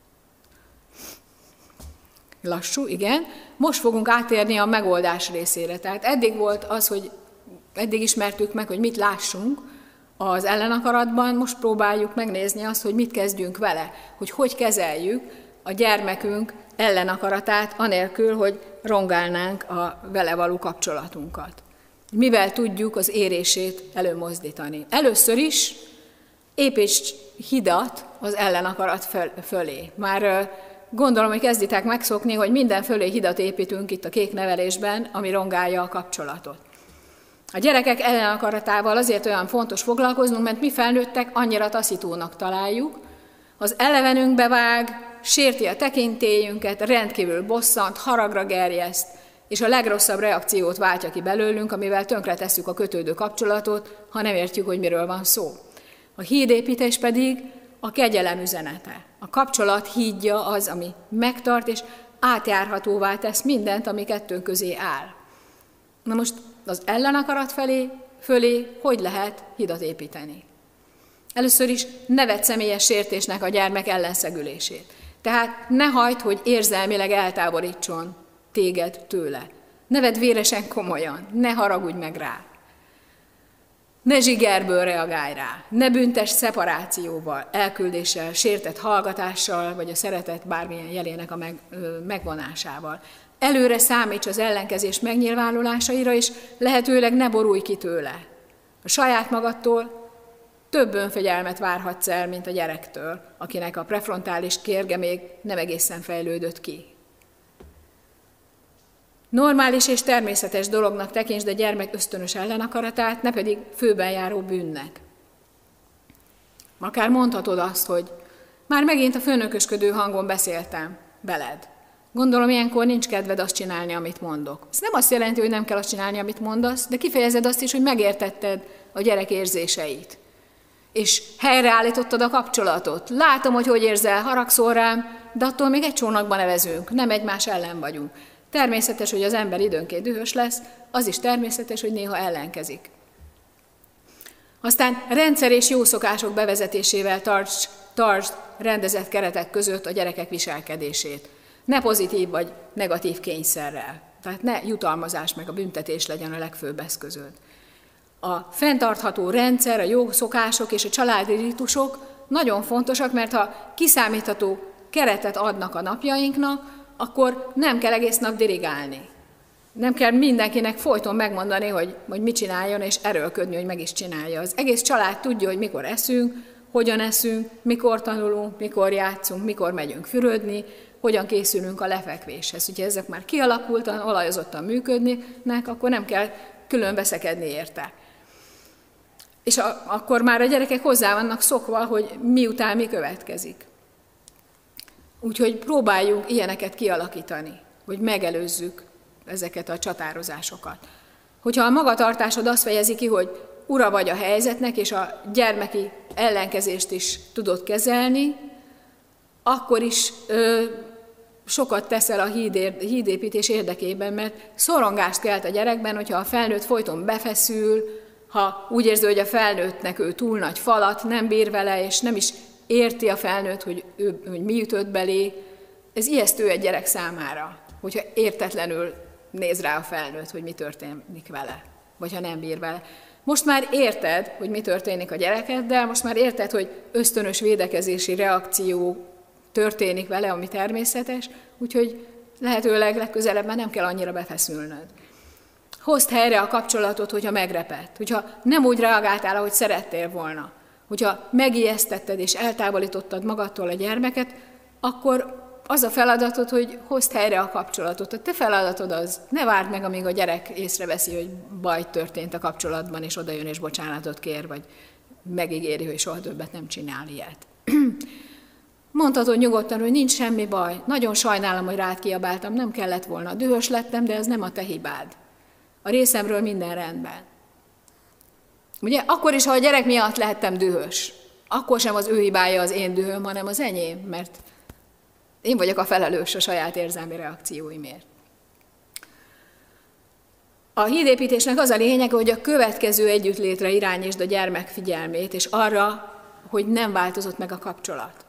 A: lassú, igen. Most fogunk átérni a megoldás részére. Tehát eddig volt az, hogy eddig ismertük meg, hogy mit lássunk az ellenakaratban, most próbáljuk megnézni azt, hogy mit kezdjünk vele, hogy kezeljük a gyermekünk ellenakaratát, anélkül, hogy rongálnánk a vele való kapcsolatunkat. Mivel tudjuk az érését előmozdítani. Először is építs hidat az ellenakarat fölé. Már gondolom, hogy kezditek megszokni, hogy minden fölé hidat építünk itt a kék nevelésben, ami rongálja a kapcsolatot. A gyerekek ellenakaratával azért olyan fontos foglalkoznunk, mert mi felnőttek annyira taszítónak találjuk, az elevenünkbe vág, sérti a tekintélyünket, rendkívül bosszant, haragra gerjeszt, és a legrosszabb reakciót váltja ki belőlünk, amivel tönkretesszük a kötődő kapcsolatot, ha nem értjük, hogy miről van szó. A hídépítés pedig a kegyelem üzenete. A kapcsolat hídja az, ami megtart, és átjárhatóvá tesz mindent, ami kettőnk közé áll. Na most az ellenakarat fölé hogy lehet hidat építeni? Először is ne vedd személyes sértésnek a gyermek ellenszegülését. Tehát ne hagyd, hogy érzelmileg eltávolítson téged tőle. Ne vedd véresen komolyan, ne haragudj meg rá. Ne zsigerből reagálj rá, ne büntess szeparációval, elküldéssel, sértett hallgatással, vagy a szeretet bármilyen jelének a megvonásával. Előre számíts az ellenkezés megnyilvánulásaira, és lehetőleg ne borulj ki tőle. A saját magadtól több önfegyelmet várhatsz el, mint a gyerektől, akinek a prefrontális kérge még nem egészen fejlődött ki. Normális és természetes dolognak tekintsd a gyermek ösztönös ellenakaratát, ne pedig főben járó bűnnek. Akár mondhatod azt, hogy már megint a főnökösködő hangon beszéltem veled. Gondolom, ilyenkor nincs kedved azt csinálni, amit mondok. Ez nem azt jelenti, hogy nem kell azt csinálni, amit mondasz, de kifejezed azt is, hogy megértetted a gyerek érzéseit. És helyreállítottad a kapcsolatot. Látom, hogy érzel, haragszol rám, de attól még egy csónakban nevezünk, nem egymás ellen vagyunk. Természetes, hogy az ember időnként dühös lesz, az is természetes, hogy néha ellenkezik. Aztán rendszer és jó szokások bevezetésével tartsd rendezett keretek között a gyerekek viselkedését. Ne pozitív vagy negatív kényszerrel. Tehát ne jutalmazás meg a büntetés legyen a legfőbb eszközöd. A fenntartható rendszer, a jó szokások és a családi ritusok nagyon fontosak, mert ha kiszámítható keretet adnak a napjainknak, akkor nem kell egész nap dirigálni. Nem kell mindenkinek folyton megmondani, hogy mit csináljon, és erőlködni, hogy meg is csinálja. Az egész család tudja, hogy mikor eszünk, hogyan eszünk, mikor tanulunk, mikor játszunk, mikor megyünk fürödni, hogyan készülünk a lefekvéshez. Hogyha ezek már kialakultan, olajozottan működnek, akkor nem kell külön veszekedni érte. És akkor már a gyerekek hozzá vannak szokva, hogy miután mi következik. Úgyhogy próbáljuk ilyeneket kialakítani, hogy megelőzzük ezeket a csatározásokat. Hogyha a magatartásod azt fejezi ki, hogy ura vagy a helyzetnek, és a gyermeki ellenkezést is tudod kezelni, akkor is sokat teszel a hídépítés érdekében, mert szorongást kelt a gyerekben, hogyha a felnőtt folyton befeszül, ha úgy érzi, hogy a felnőttnek ő túl nagy falat, nem bír vele, és nem is érti a felnőtt, hogy mi ütött belé. Ez ijesztő egy gyerek számára, hogyha értetlenül néz rá a felnőtt, hogy mi történik vele, vagy ha nem bír vele. Most már érted, hogy mi történik a gyerekeddel, most már érted, hogy ösztönös védekezési reakció történik vele, ami természetes, úgyhogy lehetőleg legközelebb már nem kell annyira befeszülnöd. Hozd helyre a kapcsolatot, hogyha megrepett, hogyha nem úgy reagáltál, ahogy szerettél volna, hogyha megijesztetted és eltávolítottad magadtól a gyermeket, akkor az a feladatod, hogy hozd helyre a kapcsolatot. A te feladatod az, ne várd meg, amíg a gyerek észreveszi, hogy baj történt a kapcsolatban, és odajön és bocsánatot kér, vagy megígéri, hogy soha többet nem csinál ilyet. Mondhatod nyugodtan, hogy nincs semmi baj, nagyon sajnálom, hogy rád kiabáltam, nem kellett volna. Dühös lettem, de ez nem a te hibád. A részemről minden rendben. Ugye, akkor is, ha a gyerek miatt lehettem dühös, akkor sem az ő hibája az én dühöm, hanem az enyém, mert Én vagyok a felelős a saját érzelmi reakcióimért. A hídépítésnek az a lényege, hogy a következő együttlétre irányítsd a gyermek figyelmét, és arra, hogy nem változott meg a kapcsolat.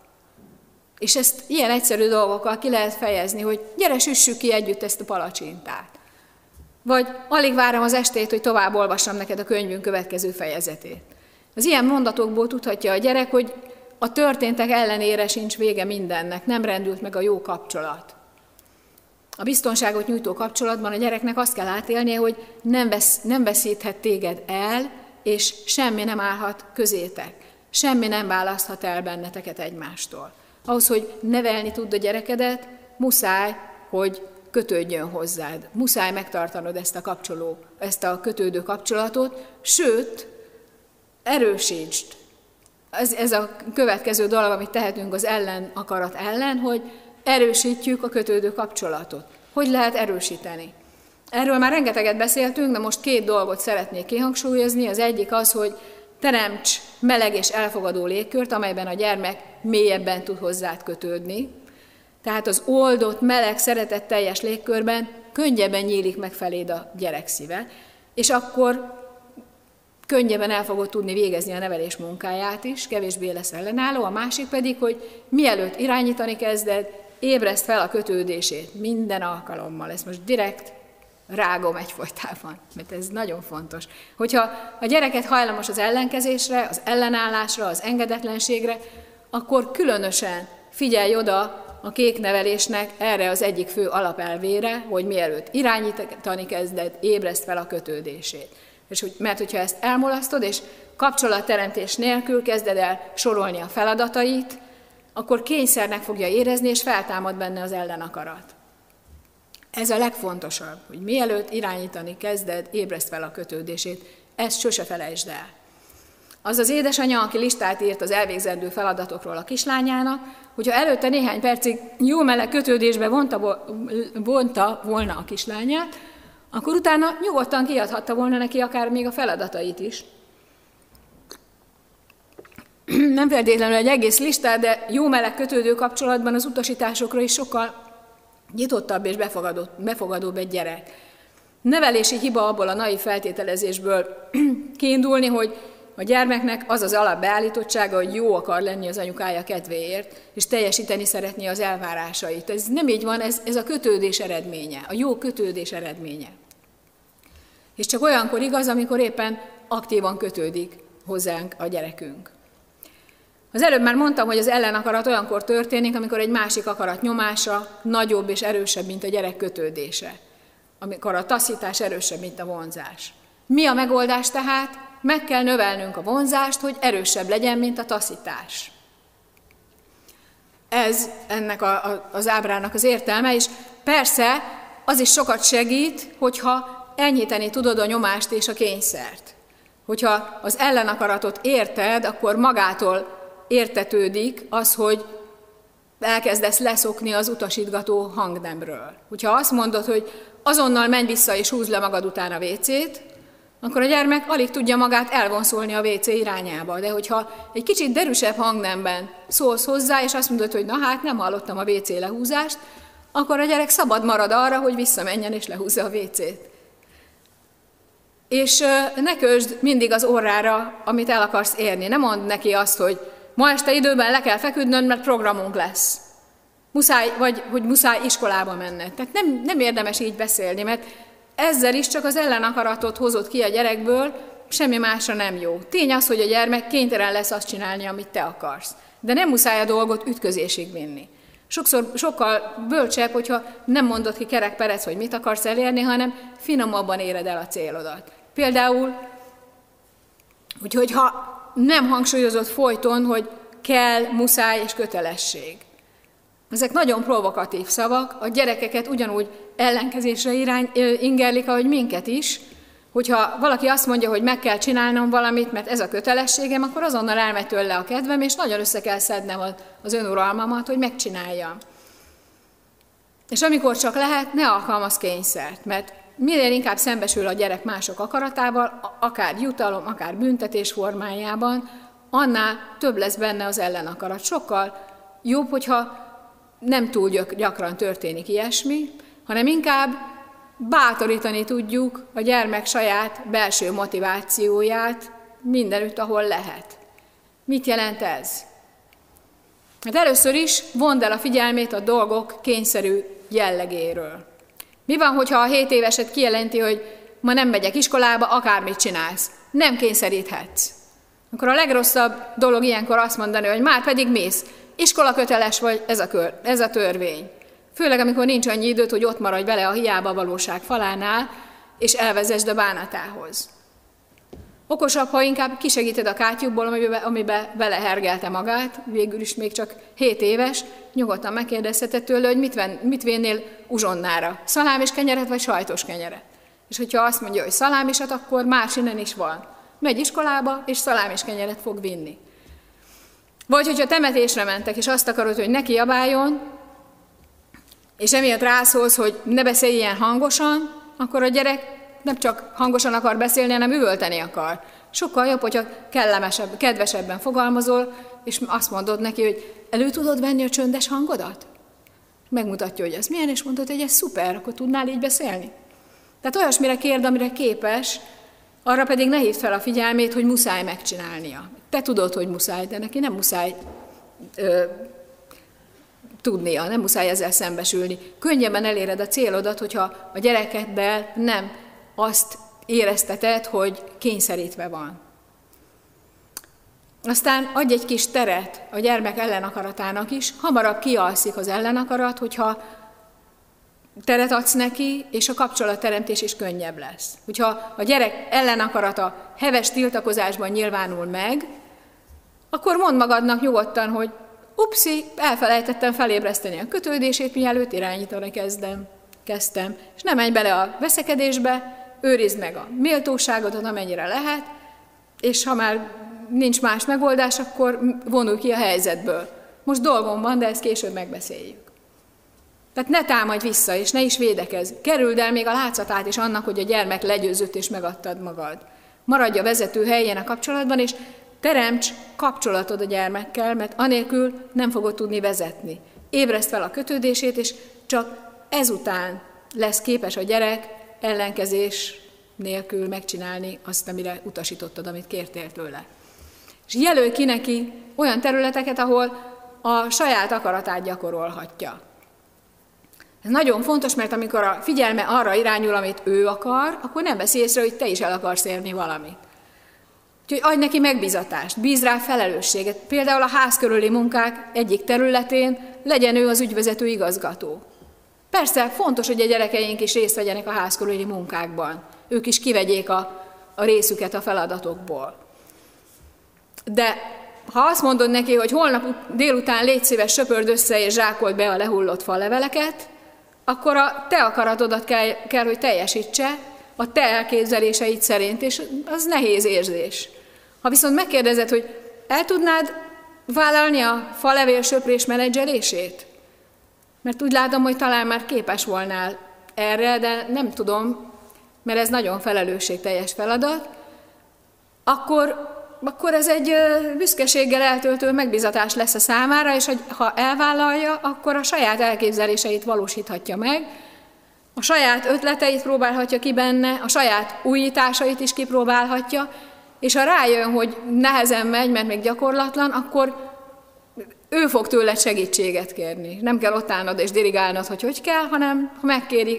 A: És ezt ilyen egyszerű dolgokkal ki lehet fejezni, hogy gyere, süssük ki együtt ezt a palacsintát. Vagy alig várom az estét, hogy tovább olvassam neked a könyvünk következő fejezetét. Az ilyen mondatokból tudhatja a gyerek, hogy a történtek ellenére sincs vége mindennek, nem rendült meg a jó kapcsolat. A biztonságot nyújtó kapcsolatban a gyereknek azt kell átélnie, hogy nem veszíthet téged el, és semmi nem állhat közétek. Semmi nem választhat el benneteket egymástól. Ahhoz, hogy nevelni tudd a gyerekedet, muszáj, hogy kötődjön hozzád. Muszáj megtartanod ezt a kötődő kapcsolatot, sőt, erősítsd. Ez a következő dolog, amit tehetünk az akarat ellen, hogy erősítjük a kötődő kapcsolatot. Hogy lehet erősíteni? Erről már rengeteget beszéltünk, de most 2 dolgot szeretnék kihangsúlyozni. Az egyik az, hogy teremts meleg és elfogadó légkört, amelyben a gyermek mélyebben tud hozzád kötődni. Tehát az oldott, meleg, szeretetteljes légkörben könnyebben nyílik meg feléd a gyerek szíve, és akkor könnyebben el fogod tudni végezni a nevelés munkáját is, kevésbé lesz ellenálló. A másik pedig, hogy mielőtt irányítani kezded, ébreszd fel a kötődését minden alkalommal. Ezt most direkt rágom egyfolytában, mert ez nagyon fontos. Hogyha a gyereket hajlamos az ellenkezésre, az ellenállásra, az engedetlenségre, akkor különösen figyelj oda a kék nevelésnek erre az egyik fő alapelvére, hogy mielőtt irányítani kezded, ébreszd fel a kötődését. Mert hogyha ezt elmulasztod, és kapcsolatteremtés nélkül kezded el sorolni a feladatait, akkor kényszernek fogja érezni, és feltámad benne az ellenakarat. Ez a legfontosabb, hogy mielőtt irányítani kezded, ébreszd fel a kötődését. Ezt sose felejtsd el. Az az édesanyja, aki listát írt az elvégzendő feladatokról a kislányának, hogyha előtte néhány percig jó meleg kötődésbe vonta volna a kislányát, akkor utána nyugodtan kiadhatta volna neki akár még a feladatait is. Nem feltétlenül egy egész listát, de jó meleg kötődő kapcsolatban az utasításokra is sokkal nyitottabb és befogadóbb egy gyerek. Nevelési hiba abból a naív feltételezésből kiindulni, hogy a gyermeknek az az alapbeállítottsága, hogy jó akar lenni az anyukája kedvéért, és teljesíteni szeretné az elvárásait. Ez nem így van, ez a kötődés eredménye, a jó kötődés eredménye. És csak olyankor igaz, amikor éppen aktívan kötődik hozzánk a gyerekünk. Az előbb már mondtam, hogy az ellenakarat olyankor történik, amikor egy másik akarat nyomása nagyobb és erősebb, mint a gyerek kötődése. Amikor a taszítás erősebb, mint a vonzás. Mi a megoldás tehát? Meg kell növelnünk a vonzást, hogy erősebb legyen, mint a taszítás. Ez ennek az ábrának az értelme, és persze az is sokat segít, hogyha enyhíteni tudod a nyomást és a kényszert. Hogyha az ellenakaratot érted, akkor magától értetődik az, hogy elkezdesz leszokni az utasítgató hangnemről. Hogyha azt mondod, hogy azonnal menj vissza és húzd le magad után a WC-t, akkor a gyermek alig tudja magát elvonszolni a WC irányába. De hogyha egy kicsit derűsebb hangnemben szólsz hozzá, és azt mondod, hogy na hát, nem hallottam a WC lehúzást, akkor a gyerek szabad marad arra, hogy visszamenjen és lehúzza a WC-t. És ne kösd mindig az orrára, amit el akarsz érni. Ne mondd neki azt, hogy ma este időben le kell feküdnöd, mert programunk lesz. Vagy hogy muszáj iskolába menned. Tehát nem érdemes így beszélni, mert ezzel is csak az ellenakaratot hozod ki a gyerekből, semmi másra nem jó. Tény az, hogy a gyermek kénytelen lesz azt csinálni, amit te akarsz. De nem muszáj a dolgot ütközésig vinni. Sokkal bölcsebb, hogyha nem mondod ki kerek-perec, hogy mit akarsz elérni, hanem finomabban éred el a célodat. Például, hogyha nem hangsúlyozod folyton, hogy kell, muszáj és kötelesség. Ezek nagyon provokatív szavak, a gyerekeket ugyanúgy ellenkezésre ingerlik, ahogy minket is. Hogyha valaki azt mondja, hogy meg kell csinálnom valamit, mert ez a kötelességem, akkor azonnal elmegy tőle a kedvem, és nagyon össze kell szednem az önuralmamat, hogy megcsináljam. És amikor csak lehet, ne alkalmazz kényszert, mert minél inkább szembesül a gyerek mások akaratával, akár jutalom, akár büntetés formájában, annál több lesz benne az ellenakarat. Sokkal jobb, hogyha nem túl gyakran történik ilyesmi, hanem inkább bátorítani tudjuk a gyermek saját belső motivációját mindenütt, ahol lehet. Mit jelent ez? Hát először is vond el a figyelmét a dolgok kényszerű jellegéről. Mi van, hogyha a 7 éveset kijelenti, hogy ma nem megyek iskolába, akármit csinálsz, nem kényszeríthetsz. Akkor a legrosszabb dolog ilyenkor azt mondani, hogy már pedig mész, iskolaköteles vagy, ez a törvény. Főleg, amikor nincs annyi időt, hogy ott maradj vele a hiába valóság falánál, és elvezesd a bánatához. Okosabb, ha inkább kisegíted a kátyúkból, amiben belehergelte magát, végül is még csak 7 éves, nyugodtan megkérdezheted tőle, hogy mit vennél uzsonnára, szalámis kenyeret vagy sajtos kenyeret. És hogyha azt mondja, hogy szalámisat, akkor más innen is van. Megy iskolába, és szalámis kenyeret fog vinni. Vagy hogyha temetésre mentek, és azt akarod, hogy ne kiabáljon, és emiatt rászólsz, hogy ne beszélj ilyen hangosan, akkor a gyerek nem csak hangosan akar beszélni, hanem üvölteni akar. Sokkal jobb, hogyha kedvesebben fogalmazol, és azt mondod neki, hogy elő tudod venni a csöndes hangodat? Megmutatja, hogy ez milyen, és mondod, hogy ez szuper, akkor tudnál így beszélni? Tehát olyasmire kérd, amire képes, arra pedig ne hívd fel a figyelmét, hogy muszáj megcsinálnia. Te tudod, hogy muszáj, de neki nem muszáj tudnia, nem muszáj ezzel szembesülni. Könnyebben eléred a célodat, hogyha a gyerekeddel nem azt érezteted, hogy kényszerítve van. Aztán adj egy kis teret a gyermek ellenakaratának is, hamarabb kialszik az ellenakarat, hogyha teret adsz neki, és a kapcsolatteremtés is könnyebb lesz. Hogyha a gyerek ellenakarata heves tiltakozásban nyilvánul meg, akkor mondd magadnak nyugodtan, hogy upszi, elfelejtettem felébreszteni a kötődését, mielőtt irányítani kezdtem. És nem menj bele a veszekedésbe, őrizd meg a méltóságodat, amennyire lehet, és ha már nincs más megoldás, akkor vonulj ki a helyzetből. Most dolgom van, de ezt később megbeszéljük. Tehát ne támadj vissza, és ne is védekezz. Kerüld el még a látszatát is annak, hogy a gyermek legyőzött és megadtad magad. Maradj a vezető helyén a kapcsolatban, és teremts kapcsolatod a gyermekkel, mert anélkül nem fogod tudni vezetni. Ébreszt fel a kötődését, és csak ezután lesz képes a gyerek ellenkezés nélkül megcsinálni azt, amire utasítottad, amit kértél tőle. És jelölj ki neki olyan területeket, ahol a saját akaratát gyakorolhatja. Ez nagyon fontos, mert amikor a figyelme arra irányul, amit ő akar, akkor nem veszi észre, hogy te is el akarsz érni valamit. Úgyhogy adj neki megbízatást, bízd rá felelősséget. Például a ház körüli munkák egyik területén legyen ő az ügyvezető igazgató. Persze fontos, hogy a gyerekeink is részt vegyenek a ház körüli munkákban. Ők is kivegyék a részüket a feladatokból. De ha azt mondod neki, hogy holnap délután légy szíves, söpörd össze és zsákold be a lehullott faleveleket, akkor a te akaratodat kell, hogy teljesítse a te elképzeléseid szerint, és az nehéz érzés. Ha viszont megkérdezed, hogy el tudnád vállalni a falevél söprés menedzselését? Mert úgy látom, hogy talán már képes volnál erre, de nem tudom, mert ez nagyon felelősségteljes feladat, akkor ez egy büszkeséggel eltöltő megbízatás lesz a számára, és ha elvállalja, akkor a saját elképzeléseit valósíthatja meg, a saját ötleteit próbálhatja ki benne, a saját újításait is kipróbálhatja, és ha rájön, hogy nehezen megy, mert még gyakorlatlan, akkor ő fog tőled segítséget kérni. Nem kell ott állnod és dirigálnod, hogy kell, hanem ha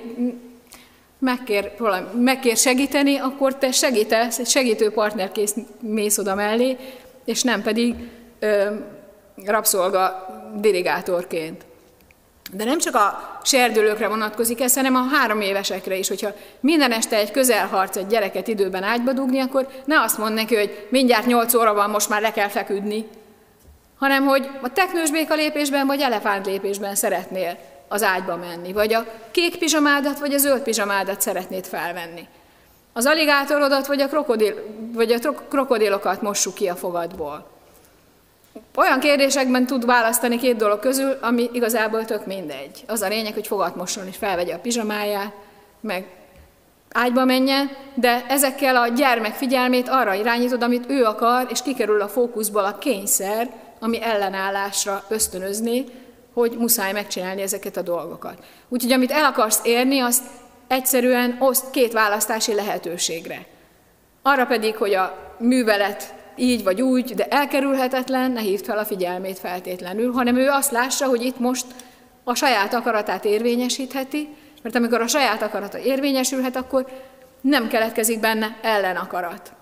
A: megkér segíteni, akkor te segítesz, egy segítő partnerként mész oda mellé, és nem pedig rabszolga dirigátorként. De nem csak a serdülőkre vonatkozik ez, hanem a 3 évesekre is. Hogyha minden este egy közelharc egy gyereket időben ágyba dugni, akkor ne azt mondd neki, hogy mindjárt 8 óra van, most már le kell feküdni, hanem hogy a teknősbéka lépésben vagy elefánt lépésben szeretnél az ágyba menni, vagy a kék pizsamádat, vagy a zöld pizsamádat szeretnéd felvenni. Az aligátorodat, vagy a krokodilokat mossuk ki a fogadból. Olyan kérdésekben tud választani 2 dolog közül, ami igazából tök mindegy. Az a lényeg, hogy fogat mosson és felvegye a pizsamáját, meg ágyba menjen, de ezekkel a gyermek figyelmét arra irányítod, amit ő akar, és kikerül a fókuszból a kényszer, ami ellenállásra ösztönözni, hogy muszáj megcsinálni ezeket a dolgokat. Úgyhogy amit el akarsz érni, azt egyszerűen oszt két választási lehetőségre. Arra pedig, hogy a művelet így vagy úgy, de elkerülhetetlen, ne hívd fel a figyelmét feltétlenül, hanem ő azt lássa, hogy itt most a saját akaratát érvényesítheti, mert amikor a saját akarata érvényesülhet, akkor nem keletkezik benne ellenakarat.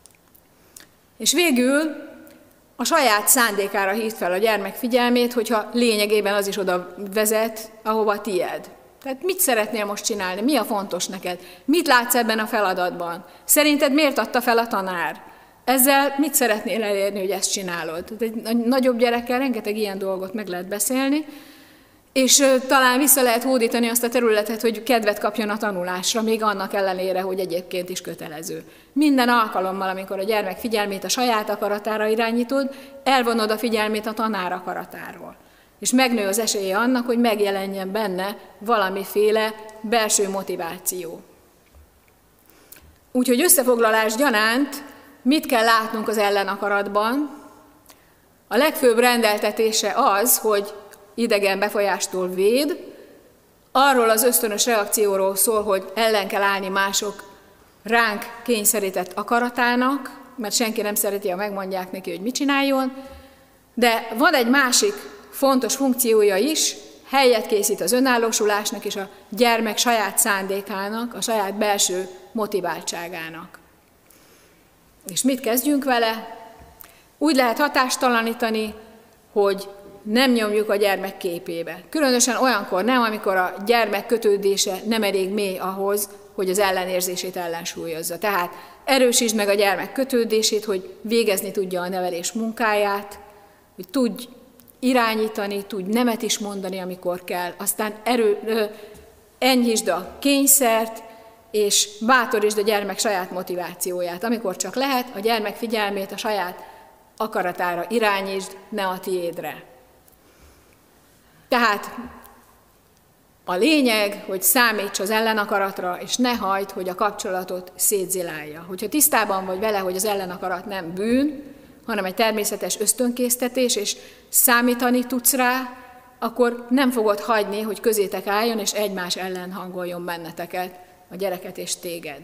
A: És végül a saját szándékára hívd fel a gyermek figyelmét, hogyha lényegében az is oda vezet, ahova tied. Tehát mit szeretnél most csinálni? Mi a fontos neked? Mit látsz ebben a feladatban? Szerinted miért adta fel a tanár? Ezzel mit szeretnél elérni, hogy ezt csinálod? Egy nagyobb gyerekkel rengeteg ilyen dolgot meg lehet beszélni, és talán vissza lehet hódítani azt a területet, hogy kedvet kapjon a tanulásra, még annak ellenére, hogy egyébként is kötelező. Minden alkalommal, amikor a gyermek figyelmét a saját akaratára irányítod, elvonod a figyelmét a tanár akaratáról. És megnő az esélye annak, hogy megjelenjen benne valamiféle belső motiváció. Úgyhogy összefoglalás gyanánt mit kell látnunk az ellenakaratban? A legfőbb rendeltetése az, hogy idegen befolyástól véd, arról az ösztönös reakcióról szól, hogy ellen kell állni mások ránk kényszerített akaratának, mert senki nem szereti, ha megmondják neki, hogy mit csináljon, de van egy másik fontos funkciója is, helyet készít az önállósulásnak és a gyermek saját szándékának, a saját belső motiváltságának. És mit kezdjünk vele? Úgy lehet hatástalanítani, hogy nem nyomjuk a gyermek képébe. Különösen olyankor nem, amikor a gyermek kötődése nem elég mély ahhoz, hogy az ellenérzését ellensúlyozza. Tehát erősítsd meg a gyermek kötődését, hogy végezni tudja a nevelés munkáját, hogy tudj irányítani, tudj nemet is mondani, amikor kell, aztán enyhítsd a kényszert, és bátorítsd a gyermek saját motivációját. Amikor csak lehet, a gyermek figyelmét a saját akaratára irányítsd, ne a tiédre. Tehát a lényeg, hogy számíts az ellenakaratra, és ne hagyd, hogy a kapcsolatot szétzilálja. Hogyha tisztában vagy vele, hogy az ellenakarat nem bűn, hanem egy természetes ösztönkésztetés, és számítani tudsz rá, akkor nem fogod hagyni, hogy közétek álljon, és egymás ellen hangoljon benneteket, a gyereket és téged.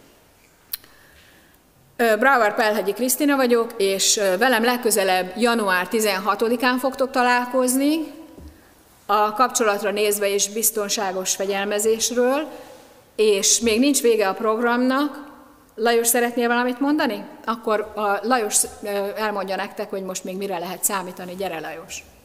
A: Bráver Pálhegyi Krisztina vagyok, és velem legközelebb január 16-án fogtok találkozni, a kapcsolatra nézve és biztonságos fegyelmezésről, és még nincs vége a programnak. Lajos, szeretnél valamit mondani? Akkor a Lajos elmondja nektek, hogy most még mire lehet számítani. Gyere, Lajos!